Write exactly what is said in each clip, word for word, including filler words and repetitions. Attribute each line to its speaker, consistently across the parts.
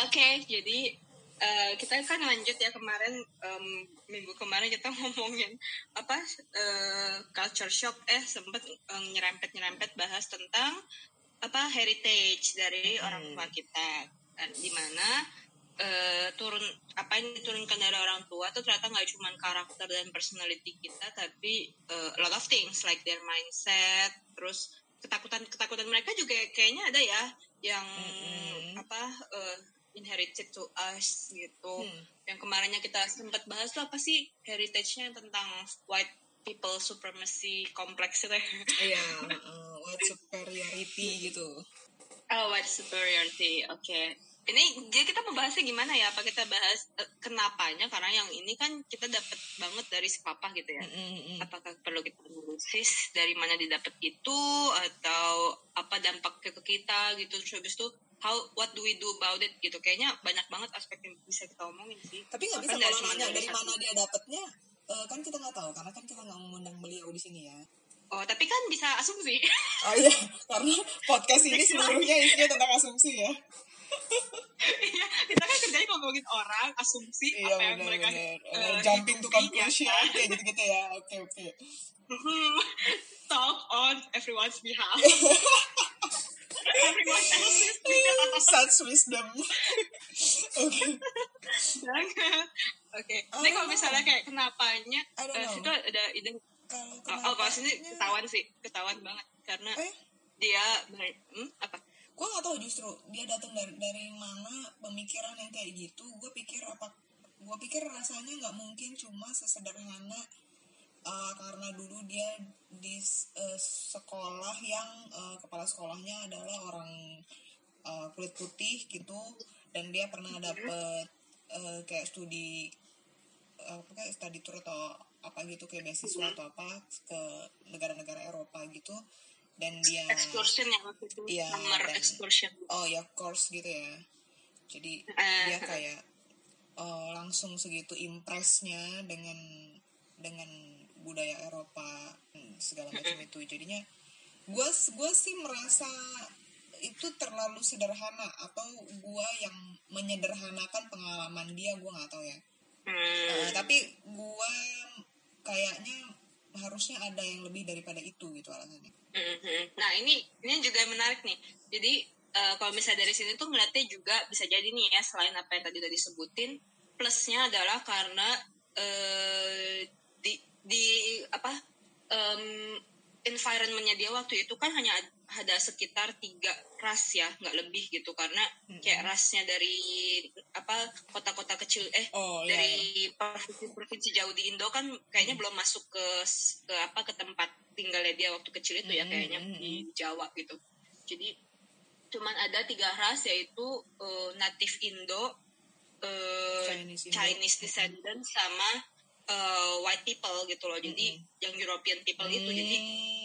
Speaker 1: okay, jadi uh, kita kan lanjut ya kemarin um, minggu kemarin kita ngomongin apa uh, culture shock eh sempat um, nyerempet-nyerempet bahas tentang apa heritage dari hmm. orang tua kita, dan di mana uh, turun apa yang diturunkan dari orang tua tuh ternyata nggak cuma karakter dan personality kita, tapi uh, a lot of things like their mindset, terus ketakutan ketakutan mereka juga kayaknya ada ya yang hmm. apa uh, inherited to us gitu. Hmm. Yang kemarinnya kita sempat bahas tuh apa sih heritage-nya tentang white people supremacy complex itu.
Speaker 2: Iya, uh, white superiority gitu.
Speaker 1: Oh, white superiority. Oke. Okay. Ini jadi kita membahasnya gimana ya? Apa kita bahas uh, kenapanya? Karena yang ini kan kita dapat banget dari si papa gitu ya. Mm-hmm. Apakah perlu kita analisis dari mana didapat itu atau apa dampaknya ke kita gitu? Terus habis itu how what do we do about it gitu? Kayaknya banyak banget aspek yang bisa kita omongin sih.
Speaker 2: Tapi nggak bisa kalau nanya dari, dari mana dia dapatnya, uh, kan kita nggak tahu karena kan kita nggak mengundang beliau di sini ya.
Speaker 1: Oh, tapi kan bisa asumsi.
Speaker 2: Oh iya, karena podcast ini seluruhnya isinya tentang asumsi ya.
Speaker 1: Iya, kita kan kerjanya ngomongin orang, asumsi
Speaker 2: iya,
Speaker 1: apa yang
Speaker 2: bener,
Speaker 1: mereka
Speaker 2: uh, jumping to conclusion ya, kayak gitu-gitu ya. Oke, oke.
Speaker 1: Talk on everyone's behalf. Everyone else's
Speaker 2: such wisdom. Oke.
Speaker 1: Jangan. Oke. Ini kalau misalnya kayak kenapanya, uh, situ ada ide. Oh, kalau sini ketahuan sih, ketahuan banget karena eh? dia hmm, apa?
Speaker 2: Gue nggak tahu justru dia datang dari dari mana pemikiran yang kayak gitu. Gue pikir apa? Gue pikir rasanya nggak mungkin cuma sesederhana uh, karena dulu dia di uh, sekolah yang uh, kepala sekolahnya adalah orang uh, kulit putih gitu, dan dia pernah dapet uh, kayak studi uh, apa kayak study tour atau apa gitu kayak beasiswa atau apa ke negara-negara Eropa gitu. Dan dia
Speaker 1: excursion yang waktu itu
Speaker 2: ya,
Speaker 1: summer
Speaker 2: dan,
Speaker 1: excursion.
Speaker 2: Oh ya, course gitu ya. Jadi uh, dia kayak uh, langsung segitu impressnya dengan dengan budaya Eropa segala macam itu. Jadinya gue gue sih merasa itu terlalu sederhana, atau gue yang menyederhanakan pengalaman dia, gue nggak tahu ya. Hmm. Uh, tapi gue kayaknya harusnya ada yang lebih daripada itu gitu alasannya.
Speaker 1: Mm-hmm. Nah ini ini juga menarik nih. Jadi uh, kalau misalnya dari sini tuh ngeliatnya juga bisa jadi nih ya, selain apa yang tadi udah disebutin, plusnya adalah karena uh, di di apa um, environmentnya dia waktu itu kan hanya ada sekitar tiga ras ya, nggak lebih gitu, karena mm-hmm. kayak rasnya dari apa kota-kota kecil eh
Speaker 2: oh,
Speaker 1: dari
Speaker 2: iya.
Speaker 1: provinsi-provinsi jauh di Indo kan kayaknya mm-hmm. belum masuk ke ke apa ke tempat tinggalnya dia waktu kecil itu ya, kayaknya mm-hmm. di Jawa gitu. Jadi cuman ada tiga ras, yaitu uh, native Indo, uh, Chinese, Indo. Chinese descendant mm-hmm. sama uh, white people gitu loh. Jadi mm-hmm. yang European people mm-hmm. itu jadi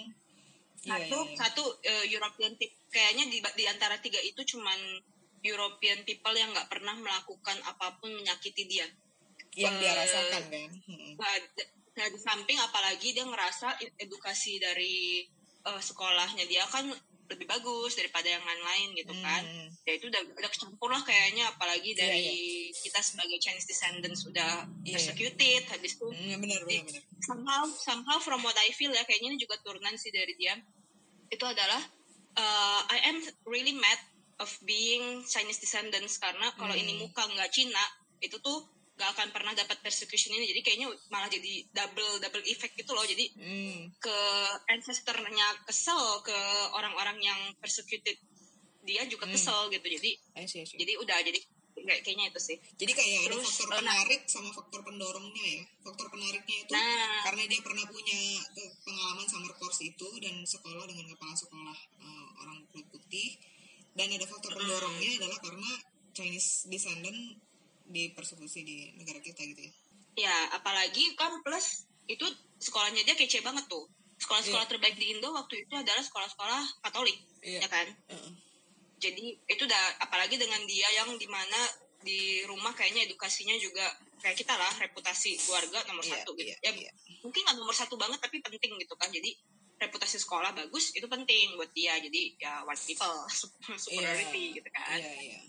Speaker 1: satu yeah, yeah, yeah. satu uh, European people kayaknya di di antara tiga itu cuman European people yang nggak pernah melakukan apapun menyakiti dia.
Speaker 2: Yang uh, dia rasakan kan.
Speaker 1: Mm-hmm. Nah, Nah di samping apalagi dia ngerasa edukasi dari uh, sekolahnya dia kan lebih bagus daripada yang lain-lain gitu kan. Hmm. Ya itu udah, udah kecampur lah kayaknya, apalagi dari yeah, yeah. kita sebagai Chinese descendants udah yeah. persecuted, habis itu
Speaker 2: mm, benar, benar, benar.
Speaker 1: somehow somehow from what I feel ya, kayaknya ini juga turunan sih dari dia. Itu adalah uh, I am really mad of being Chinese descendants, karena kalau hmm. ini muka nggak Cina itu tuh gak akan pernah dapat persecution ini. Jadi kayaknya malah jadi double double effect gitu loh. Jadi mm. ke ancestornya kesel, ke orang-orang yang persecuted dia juga kesel mm. gitu. Jadi
Speaker 2: I see, I see.
Speaker 1: jadi udah jadi kayaknya itu sih.
Speaker 2: Jadi kayak terus, ada faktor penarik nah, sama faktor pendorongnya ya. Faktor penariknya itu nah, karena dia pernah punya pengalaman summer course itu dan sekolah dengan kepala sekolah uh, orang kulit putih. Dan ada faktor pendorongnya mm. adalah karena Chinese descendant dipersekusi di negara kita gitu ya.
Speaker 1: Ya, apalagi kan plus itu sekolahnya dia kece banget tuh. Sekolah-sekolah yeah. terbaik di Indo waktu itu adalah sekolah-sekolah Katolik, yeah. ya kan? Uh-uh. Jadi itu udah apalagi dengan dia yang dimana di rumah kayaknya edukasinya juga kayak kita lah, reputasi keluarga nomor yeah, satu gitu. Yeah, ya yeah. mungkin nggak nomor satu banget tapi penting gitu kan. Jadi reputasi sekolah bagus itu penting buat dia. Jadi ya white people superiority yeah. gitu kan.
Speaker 2: Yeah, yeah.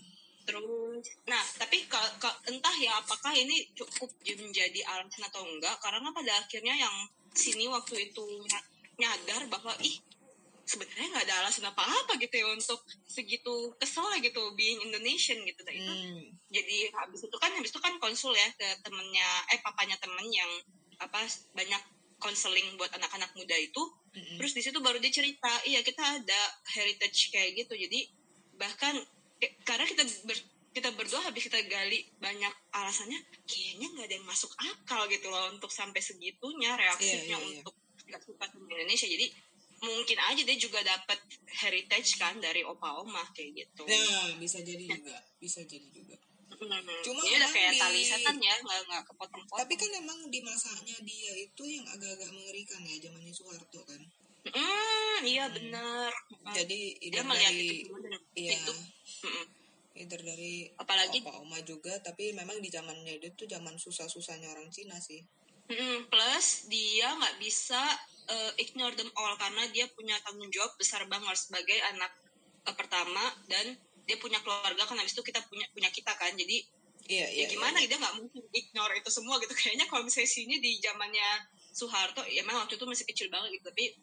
Speaker 1: Terus, nah tapi ka, ka, entah ya apakah ini cukup menjadi alasan atau enggak, karena pada akhirnya yang sini waktu itu nyadar bahwa ih sebenarnya nggak ada alasan apa-apa gitu ya untuk segitu kesel gitu being Indonesian gitu. Nah, itu hmm. jadi habis itu kan habis itu kan konsul ya ke temennya eh papanya temen yang apa banyak konseling buat anak-anak muda itu. Mm-hmm. Terus di situ baru dia cerita, iya kita ada heritage kayak gitu. Jadi bahkan karena kita ber, kita berdua habis kita gali banyak alasannya, kayaknya nggak ada yang masuk akal gitu loh untuk sampai segitunya reaksinya yeah, yeah, yeah. untuk nggak suka sama Indonesia. Jadi mungkin aja dia juga dapat heritage kan dari opa oma kayak gitu.
Speaker 2: Nah bisa jadi juga, bisa jadi juga.
Speaker 1: Hmm, Cuma ini udah kayak di... tali setan ya, nggak nggak kepotong-potong.
Speaker 2: Tapi kan emang di masanya dia itu yang agak-agak mengerikan ya, zamannya Soeharto kan.
Speaker 1: Hmm, iya hmm. benar.
Speaker 2: Jadi
Speaker 1: dia melihat dari, itu
Speaker 2: iya, itu. Either dari
Speaker 1: apalagi
Speaker 2: opa oma juga, tapi memang di zamannya dia tuh zaman susah-susahnya orang Cina sih.
Speaker 1: Mm, plus dia nggak bisa uh, ignore them all karena dia punya tanggung jawab besar banget sebagai anak uh, pertama dan dia punya keluarga kan, habis itu kita punya punya kita kan, jadi
Speaker 2: iya,
Speaker 1: ya
Speaker 2: iya,
Speaker 1: gimana
Speaker 2: iya.
Speaker 1: dia nggak mungkin ignore itu semua gitu. Kayaknya kalau misalnya sini di zamannya Soeharto ya emang waktu itu masih kecil banget gitu, tapi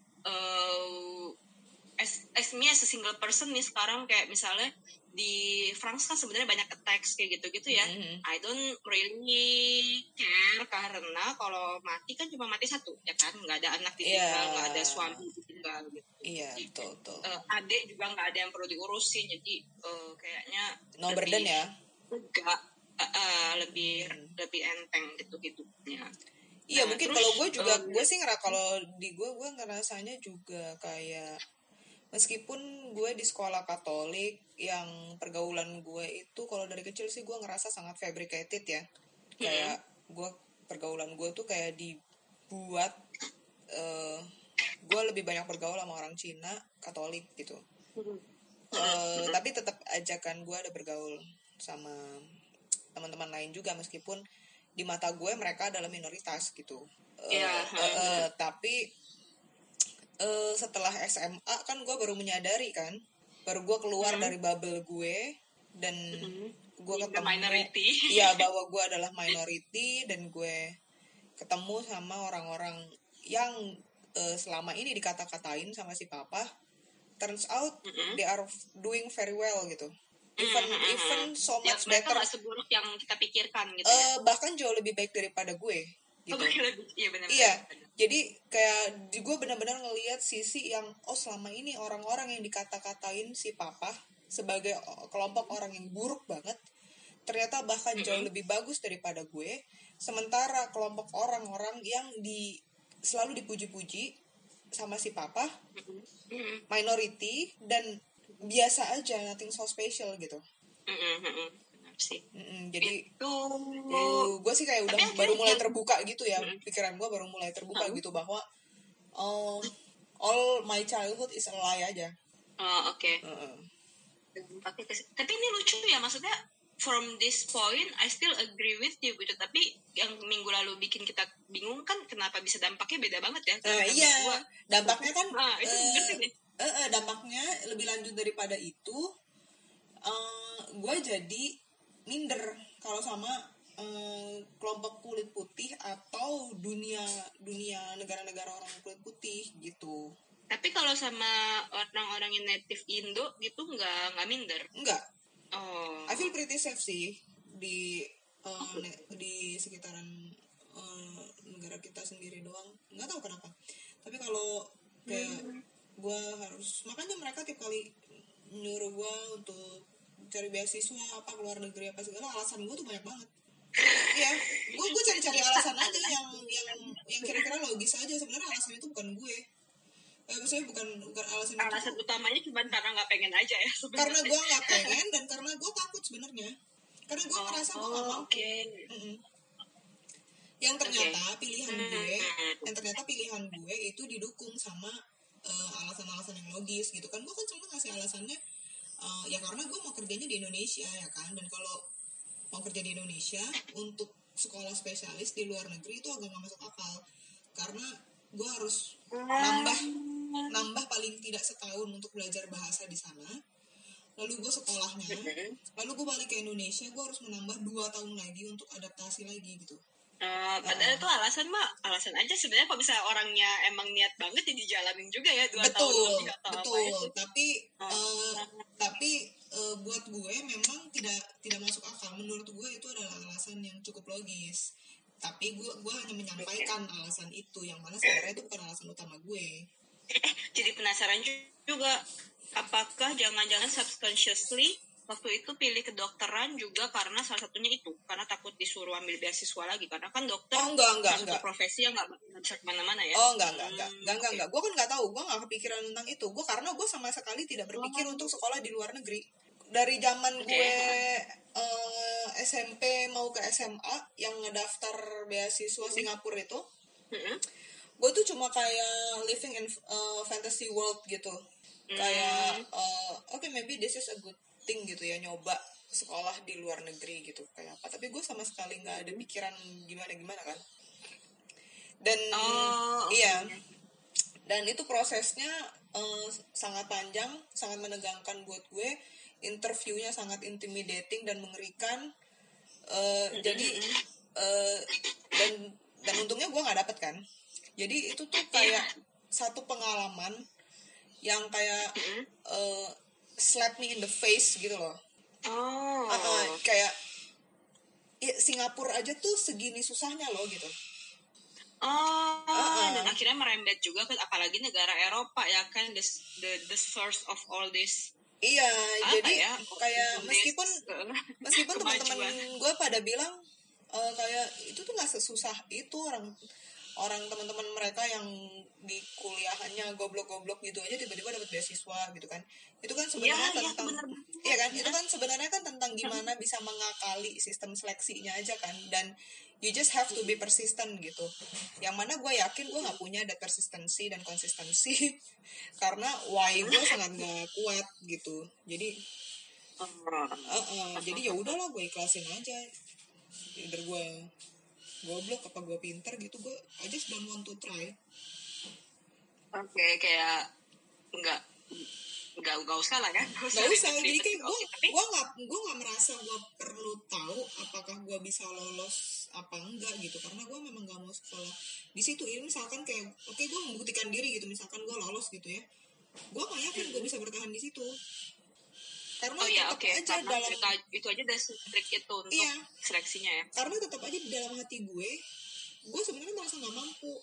Speaker 1: uh, as, as me as a single person nih sekarang kayak misalnya di France kan sebenarnya banyak attacks kayak gitu-gitu ya. Mm-hmm. I don't really care karena kalau mati kan cuma mati satu ya kan, nggak ada anak ditinggal, nggak yeah. ada suami ditinggal gitu.
Speaker 2: Iya yeah, betul betul.
Speaker 1: Uh, adik juga nggak ada yang perlu diurusin, jadi uh, kayaknya
Speaker 2: no burden ya.
Speaker 1: Enggak, uh, uh, lebih hmm. lebih enteng gitu hidupnya.
Speaker 2: Iya nah, mungkin kalau gue juga um, gue sih ngerasa kalau di gue gue ngerasanya juga kayak meskipun gue di sekolah Katolik yang pergaulan gue itu kalau dari kecil sih gue ngerasa sangat fabricated ya. Mm-hmm. Kayak gue pergaulan gue tuh kayak dibuat uh, gue lebih banyak bergaul sama orang Cina Katolik gitu. Mm-hmm. Uh, tapi tetap aja kan gue ada bergaul sama teman-teman lain juga meskipun di mata gue mereka adalah minoritas gitu. Uh, yeah. uh, uh, tapi Uh, setelah S M A kan gue baru menyadari kan, baru gue keluar mm-hmm. dari bubble gue dan mm-hmm. gue ketemu ya bahwa gue adalah minority dan gue ketemu sama orang-orang yang uh, selama ini dikata-katain sama si papa, turns out mm-hmm. they are doing very well gitu, even mm-hmm. even so much ya, better.
Speaker 1: Mereka gak seburuk yang kita pikirkan gitu
Speaker 2: uh,
Speaker 1: ya.
Speaker 2: Bahkan jauh lebih baik daripada gue gitu.
Speaker 1: Oh, iya benar.
Speaker 2: Iya. Jadi kayak gue benar-benar ngelihat sisi yang oh selama ini orang-orang yang dikata-katain si papa sebagai kelompok orang yang buruk banget ternyata bahkan mm-hmm. jauh lebih bagus daripada gue. Sementara kelompok orang-orang yang di selalu dipuji-puji sama si papa mm-hmm. minority dan biasa aja, nothing so special gitu.
Speaker 1: Mm-hmm. Sih.
Speaker 2: Mm-mm, jadi
Speaker 1: itu
Speaker 2: uh, gue sih kayak udah tapi baru mulai terbuka gitu ya, mm-hmm. pikiran gue baru mulai terbuka mm-hmm. gitu bahwa uh, all my childhood is a lie aja.
Speaker 1: Oh oke. Okay. Uh-uh. Tapi ini lucu ya, maksudnya from this point I still agree with you gitu, tapi yang minggu lalu bikin kita bingung kan kenapa bisa dampaknya beda banget ya.
Speaker 2: Uh, iya gua. Dampaknya kan
Speaker 1: nah, itu
Speaker 2: uh, uh, uh, dampaknya lebih lanjut daripada itu. uh, gue jadi minder kalau sama um, kelompok kulit putih atau dunia dunia negara-negara orang kulit putih gitu.
Speaker 1: Tapi kalau sama orang-orang yang native Indo gitu nggak nggak minder?
Speaker 2: Nggak.
Speaker 1: Oh.
Speaker 2: I feel pretty safe sih di uh, okay. ne- di sekitaran uh, negara kita sendiri doang. Nggak tahu kenapa. Tapi kalau kayak hmm. gue harus, makanya mereka tiap kali nyuruh gue untuk cari beasiswa apa keluar negeri apa segala, alasan gue tuh banyak banget. Iya, gue gue cari-cari alasan aja yang yang yang kira-kira logis aja. Sebenarnya alasan itu bukan gue. Eh, maksudnya bukan bukan alasan.
Speaker 1: Alasan itu utamanya cuma karena nggak pengen aja ya sebenarnya.
Speaker 2: Karena gue nggak pengen dan karena gue takut sebenarnya. Karena gue oh, merasa gue nggak
Speaker 1: oh,
Speaker 2: mampu.
Speaker 1: Okay.
Speaker 2: Mm-mm. Yang ternyata okay. pilihan gue,
Speaker 1: mm-hmm.
Speaker 2: yang ternyata pilihan gue itu didukung sama uh, alasan-alasan yang logis gitu kan. Gue kan cuma ngasih alasannya. Uh, ya karena gue mau kerjanya di Indonesia ya kan, dan kalau mau kerja di Indonesia untuk sekolah spesialis di luar negeri itu agak gak masuk akal karena gue harus nambah nambah paling tidak setahun untuk belajar bahasa di sana, lalu gue sekolahnya, lalu gue balik ke Indonesia, gue harus menambah dua tahun lagi untuk adaptasi lagi gitu.
Speaker 1: Uh, padahal itu uh, alasan mah alasan aja sebenarnya, kalau misalnya orangnya emang niat banget ya dijalanin juga ya dua
Speaker 2: betul,
Speaker 1: tahun lebih atau
Speaker 2: betul.
Speaker 1: apa itu.
Speaker 2: Tapi uh, uh, tapi uh, buat gue memang tidak tidak masuk akal. Menurut gue itu adalah alasan yang cukup logis. Tapi gue gue hanya menyampaikan okay. alasan itu, yang mana sebenarnya itu bukan alasan utama gue.
Speaker 1: Eh, jadi penasaran juga, apakah jangan-jangan subconsciously waktu itu pilih kedokteran juga karena salah satunya itu, karena takut disuruh ambil beasiswa lagi, karena kan dokter
Speaker 2: oh, enggak, enggak,
Speaker 1: satu
Speaker 2: enggak.
Speaker 1: profesi yang nggak bisa kemana-mana ya.
Speaker 2: Oh enggak enggak enggak enggak enggak, enggak. Gue kan nggak tahu, gue nggak kepikiran tentang itu. Gue karena gue sama sekali tidak berpikir oh. untuk sekolah di luar negeri. Dari zaman okay. gue uh, S M P mau ke S M A yang ngedaftar beasiswa hmm. Singapura itu, hmm. gue tuh cuma kayak living in uh, fantasy world gitu, hmm. kayak uh, oke okay, maybe this is a good thing gitu ya, nyoba sekolah di luar negeri gitu kayak apa. Tapi gue sama sekali nggak ada pikiran gimana gimana kan. Dan oh, iya, okay. Dan itu prosesnya uh, sangat panjang, sangat menegangkan buat gue. Interviewnya sangat intimidating dan mengerikan. Uh, mm-hmm. Jadi uh, dan dan untungnya gue nggak dapet kan. Jadi itu tuh kayak yeah. satu pengalaman yang kayak mm-hmm. uh, slap me in the face gitu loh.
Speaker 1: Oh.
Speaker 2: Uh, kayak ya, Singapura aja tuh segini susahnya loh gitu.
Speaker 1: Oh, uh-uh. Dan akhirnya merembet juga ke apalagi negara Eropa ya kan, the the, the source of all this.
Speaker 2: Iya,
Speaker 1: apa
Speaker 2: jadi
Speaker 1: ya?
Speaker 2: kayak meskipun meskipun teman-teman gue pada bilang uh, kayak itu tuh nggak sesusah itu, orang orang teman-teman mereka yang di kuliahannya goblok-goblok gitu aja tiba-tiba dapat beasiswa gitu kan. Itu kan sebenarnya ya, tentang ya, iya kan, itu kan sebenarnya kan tentang gimana bisa mengakali sistem seleksinya aja kan, dan you just have to be persistent gitu. Yang mana gue yakin gue nggak punya that persistency dan konsistensi karena why gue sangat nggak kuat gitu. Jadi uh, uh, jadi ya udahlah, gue ikhlasin aja. Either gue goblok apa gue pinter gitu, gue I just don't want to try.
Speaker 1: Oke, okay, kayak enggak enggak enggak usah lah kan,
Speaker 2: enggak usah, usah. Jadi kayak gue gue nggak gue nggak merasa gue perlu tahu apakah gue bisa lolos apa enggak gitu, karena gue memang nggak mau sekolah di situ. Ini misalkan kayak oke okay, gue membuktikan diri gitu, misalkan gue lolos gitu ya, gue nggak yakin gue bisa bertahan di situ. Karena
Speaker 1: oh ya,
Speaker 2: tetap
Speaker 1: okay.
Speaker 2: aja
Speaker 1: karena
Speaker 2: dalam
Speaker 1: itu, itu aja udah trik itu untuk
Speaker 2: iya,
Speaker 1: seleksinya ya.
Speaker 2: Karena tetap aja di dalam hati gue, gue sebenarnya merasa nggak mampu.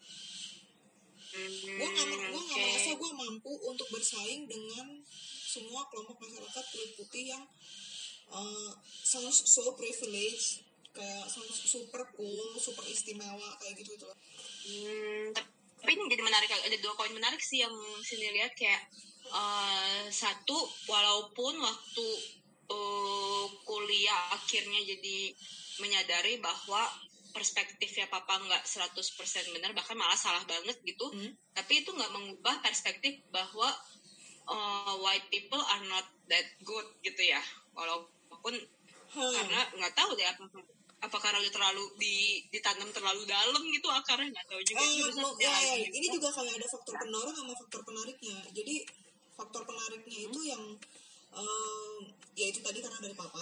Speaker 2: Hmm, gue nggak gue nggak okay. merasa gue mampu untuk bersaing dengan semua kelompok masyarakat kulit putih yang uh, sounds so privileged, kayak sounds super cool, super istimewa kayak gitu itu.
Speaker 1: Hmm, tapi ini jadi menarik, ada dua poin menarik sih yang sini lihat kayak. Uh, satu, walaupun waktu uh, kuliah akhirnya jadi menyadari bahwa perspektifnya papa nggak seratus persen benar, bahkan malah salah banget gitu, hmm. tapi itu nggak mengubah perspektif bahwa uh, white people are not that good gitu ya, walaupun hmm. karena nggak tahu deh apa apa karena udah terlalu di, ditanam terlalu dalam gitu akarnya, nggak tahu juga.
Speaker 2: Eh, no, ya, ya. Ini juga kayak ada faktor pendorong sama faktor penariknya. Jadi faktor penariknya hmm. itu yang um, ya itu tadi karena dari papa,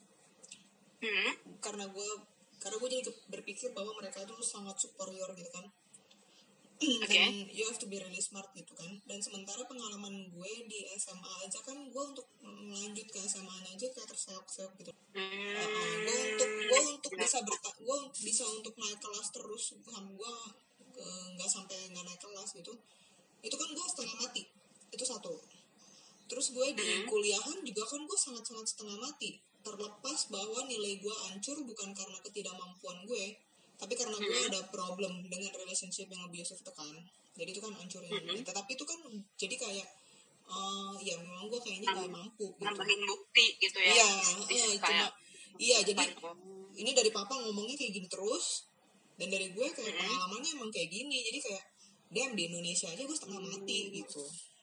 Speaker 2: hmm. karena gue karena gue jadi berpikir bahwa mereka itu sangat superior gitu kan. Okay. Dan you have to be really smart gitu kan. Dan sementara pengalaman gue di S M A aja kan, gue untuk melanjut ke S M A aja kayak terseok-seok gitu. Hmm. Uh, gue untuk gue untuk bisa berta- gue bisa untuk naik kelas terus, gue nggak sampai nggak naik kelas gitu. Itu kan gue setengah mati. Itu satu. Terus gue di hmm. kuliahan juga kan gue sangat-sangat setengah mati. Terlepas bahwa nilai gue hancur bukan karena ketidakmampuan gue, tapi karena gue hmm. ada problem dengan relationship yang abusive itu kan. Jadi itu kan hancurin. Hmm. Tetapi itu kan jadi kayak uh, ya memang gue kayaknya gak mampu gitu.
Speaker 1: Nambahin bukti gitu ya.
Speaker 2: Iya, uh, cuma iya jadi ini dari papa ngomongnya kayak gini terus, dan dari gue kayak hmm. pengalamannya emang kayak gini. Jadi kayak damn, di Indonesia aja gue setengah mati gitu.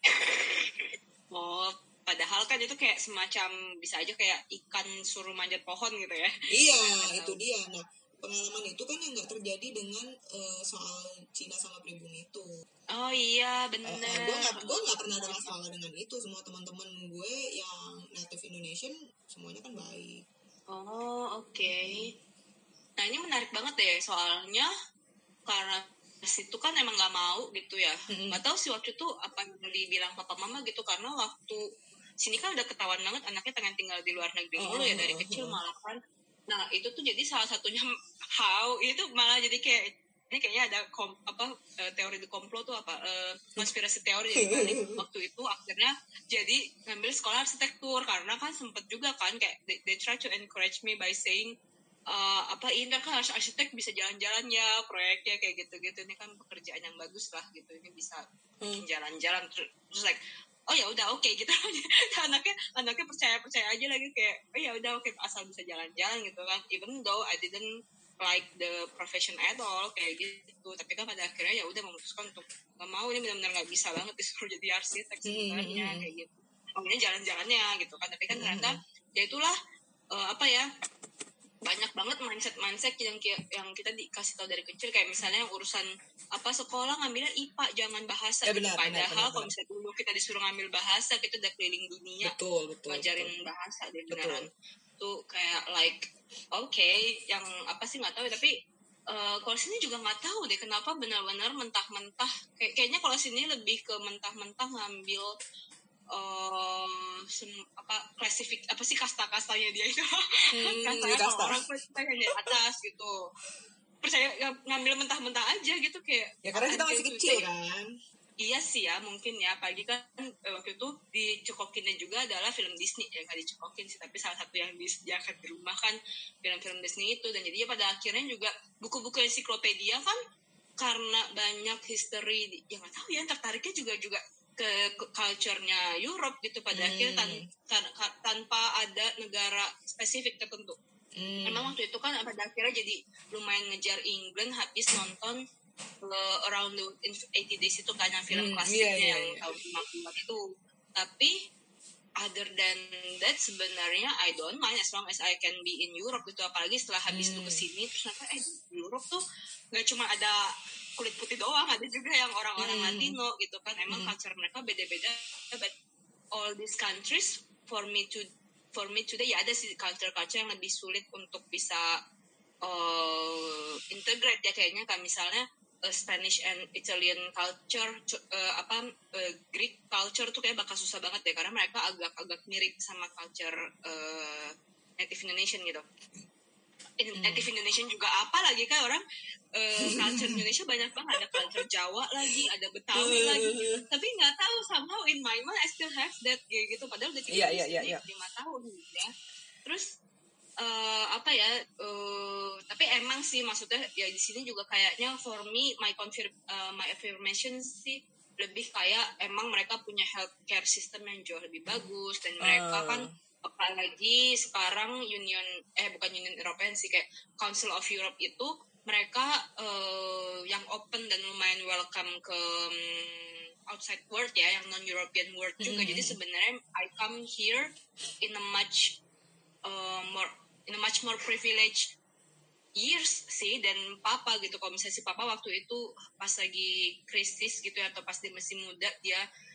Speaker 1: Oh, padahal kan itu kayak semacam bisa aja kayak ikan suruh manjat pohon gitu ya.
Speaker 2: Iya, itu dia. Nah, pengalaman itu kan yang nggak terjadi dengan uh, soal Cina sama pribumi itu.
Speaker 1: Oh iya benar. Uh, uh,
Speaker 2: gue nggak gue nggak pernah ada masalah dengan itu. Semua teman-teman gue yang native Indonesian semuanya kan baik.
Speaker 1: Oh oke. Okay. Nah ini menarik banget deh soalnya karena situ kan emang nggak mau gitu ya. Nggak mm-hmm. tahu sih waktu itu apa yang dibilang papa mama gitu karena waktu sini kan udah ketahuan banget anaknya pengen tinggal di luar negeri mulu oh, ya dari oh, kecil oh. malah kan. Nah itu tuh jadi salah satunya how itu malah jadi kayak ini kayaknya ada kom, apa uh, teori di komplo tuh apa uh, konspirasi teori jadi balik waktu itu akhirnya jadi ngambil sekolah arsitektur karena kan sempet juga kan kayak they, they try to encourage me by saying uh, apa ini kan harus arsitek bisa jalan-jalan ya proyeknya kayak gitu-gitu ini kan pekerjaan yang bagus lah gitu ini bisa bikin jalan-jalan terus, terus like oh ya udah oke okay, gitu anaknya anaknya percaya percaya aja lagi kayak oh ya udah oke okay, asal bisa jalan-jalan gitu kan even though I didn't like the profession at all kayak gitu tapi kan pada akhirnya ya udah memutuskan untuk nggak mau ini benar-benar nggak bisa banget disuruh jadi arsitek sebenarnya mm-hmm. kayak gitu oh ini jalan-jalannya gitu kan tapi kan ternyata mm-hmm. ya itulah uh, apa ya banyak banget mindset-mindset yang yang kita dikasih tahu dari kecil kayak misalnya yang urusan apa sekolah ngambilnya I P A jangan bahasa
Speaker 2: ya, benar,
Speaker 1: gitu. Padahal
Speaker 2: benar, benar,
Speaker 1: kalau misalnya dulu kita disuruh ngambil bahasa kita udah keliling dunia
Speaker 2: betul, betul,
Speaker 1: ngajarin
Speaker 2: betul.
Speaker 1: bahasa deh beneran tuh kayak like oke okay, yang apa sih nggak tahu ya, tapi uh, kalau sini juga nggak tahu deh kenapa benar-benar mentah-mentah kayak kayaknya kalau sini lebih ke mentah-mentah ngambil Um, sem, apa klasifik apa sih kasta-kastanya dia itu hmm, kastanya kalau kasta. Orang kita yang di atas gitu percaya ngambil mentah-mentah aja gitu kayak
Speaker 2: ya karena kita masih kecil kan
Speaker 1: iya sih ya mungkin ya apalagi kan waktu itu dicekokinnya juga adalah film Disney ya nggak dicekokin sih tapi salah satu yang disediakan di rumah kan film-film Disney itu dan jadinya pada akhirnya juga buku-buku ensiklopedia kan karena banyak history yang nggak tahu ya tertariknya juga juga ke culture-nya Europe gitu pada hmm. akhirnya tan, tan, tanpa ada negara spesifik tertentu. Hmm. Memang waktu itu kan pada akhirnya jadi lumayan ngejar England habis nonton uh, Around the eighty Days itu kan yang film hmm, klasiknya yeah, yeah, yang yeah. tahun lima puluhan itu. Tapi other than that sebenarnya I don't mind as long as I can be in Europe gitu apalagi setelah habis hmm. itu kesini terus ternyata eh Europe tuh nggak cuma ada kulit putih doang ada juga yang orang-orang hmm. Latino gitu kan emang hmm. culture mereka beda-beda but all these countries for me to for me today ya ada sih culture-culture yang lebih sulit untuk bisa uh, integrate ya kayaknya kan misalnya uh, Spanish and Italian culture uh, apa uh, Greek culture tuh kayak bakal susah banget deh karena mereka agak-agak mirip sama culture uh, native Indonesian gitu. Native hmm. Indonesian juga apa lagi kan orang uh, culture Indonesia banyak banget ada culture Jawa lagi ada Betawi lagi tapi nggak tahu somehow in my mind I still have that kayak gitu padahal udah tinggal
Speaker 2: yeah,
Speaker 1: di
Speaker 2: yeah,
Speaker 1: sini
Speaker 2: yeah,
Speaker 1: lima tahun ya terus uh, apa ya uh, tapi emang sih maksudnya ya di sini juga kayaknya for me my confirm uh, my affirmation sih lebih kayak emang mereka punya healthcare system yang jauh lebih bagus dan mereka uh. kan apalagi sekarang Union eh bukan Union European sih kayak Council of Europe itu mereka uh, yang open dan lumayan welcome ke um, outside world ya yang non European world juga mm-hmm. jadi sebenarnya I come here in a much uh, more in a much more privileged years sih dan papa gitu kalau misalnya si papa waktu itu pas lagi krisis gitu ya atau pas dia masih muda dia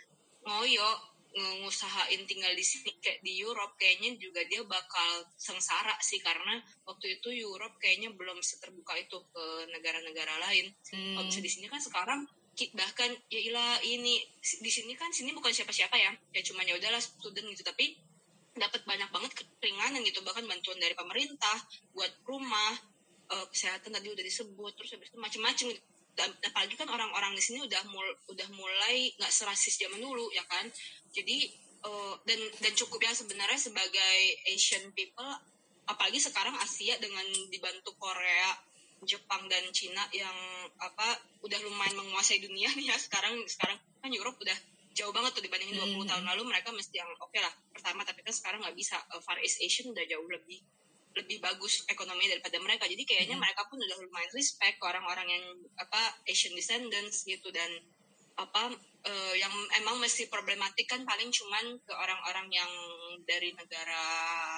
Speaker 1: ngoyo ngusahain tinggal di sini kayak di Europe kayaknya juga dia bakal sengsara sih karena waktu itu Europe kayaknya belum seterbuka itu ke negara-negara lain. Hmm. Kalau bisa di sini kan sekarang bahkan ya ilah ini di sini kan sini bukan siapa-siapa ya, ya cuma ya udahlah student gitu tapi dapat banyak banget keringanan gitu bahkan bantuan dari pemerintah buat rumah uh, kesehatan tadi udah disebut terus habis itu macam-macam gitu. Dan apalagi kan orang-orang di sini udah mul, udah mulai nggak serasis zaman dulu ya kan jadi uh, dan dan cukup ya sebenarnya sebagai Asian people apalagi sekarang Asia dengan dibantu Korea Jepang dan Cina yang apa udah lumayan menguasai dunia nih ya sekarang sekarang kan Europe udah jauh banget tuh dibandingin dua puluh tahun lalu mereka mesti yang oke okay lah pertama tapi kan sekarang nggak bisa uh, Far East Asian udah jauh lebih lebih bagus ekonomi daripada mereka jadi kayaknya mm-hmm. mereka pun udah lumayan respect ke orang-orang yang apa Asian descendants gitu dan apa uh, yang emang masih problematik kan paling cuman ke orang-orang yang dari negara uh,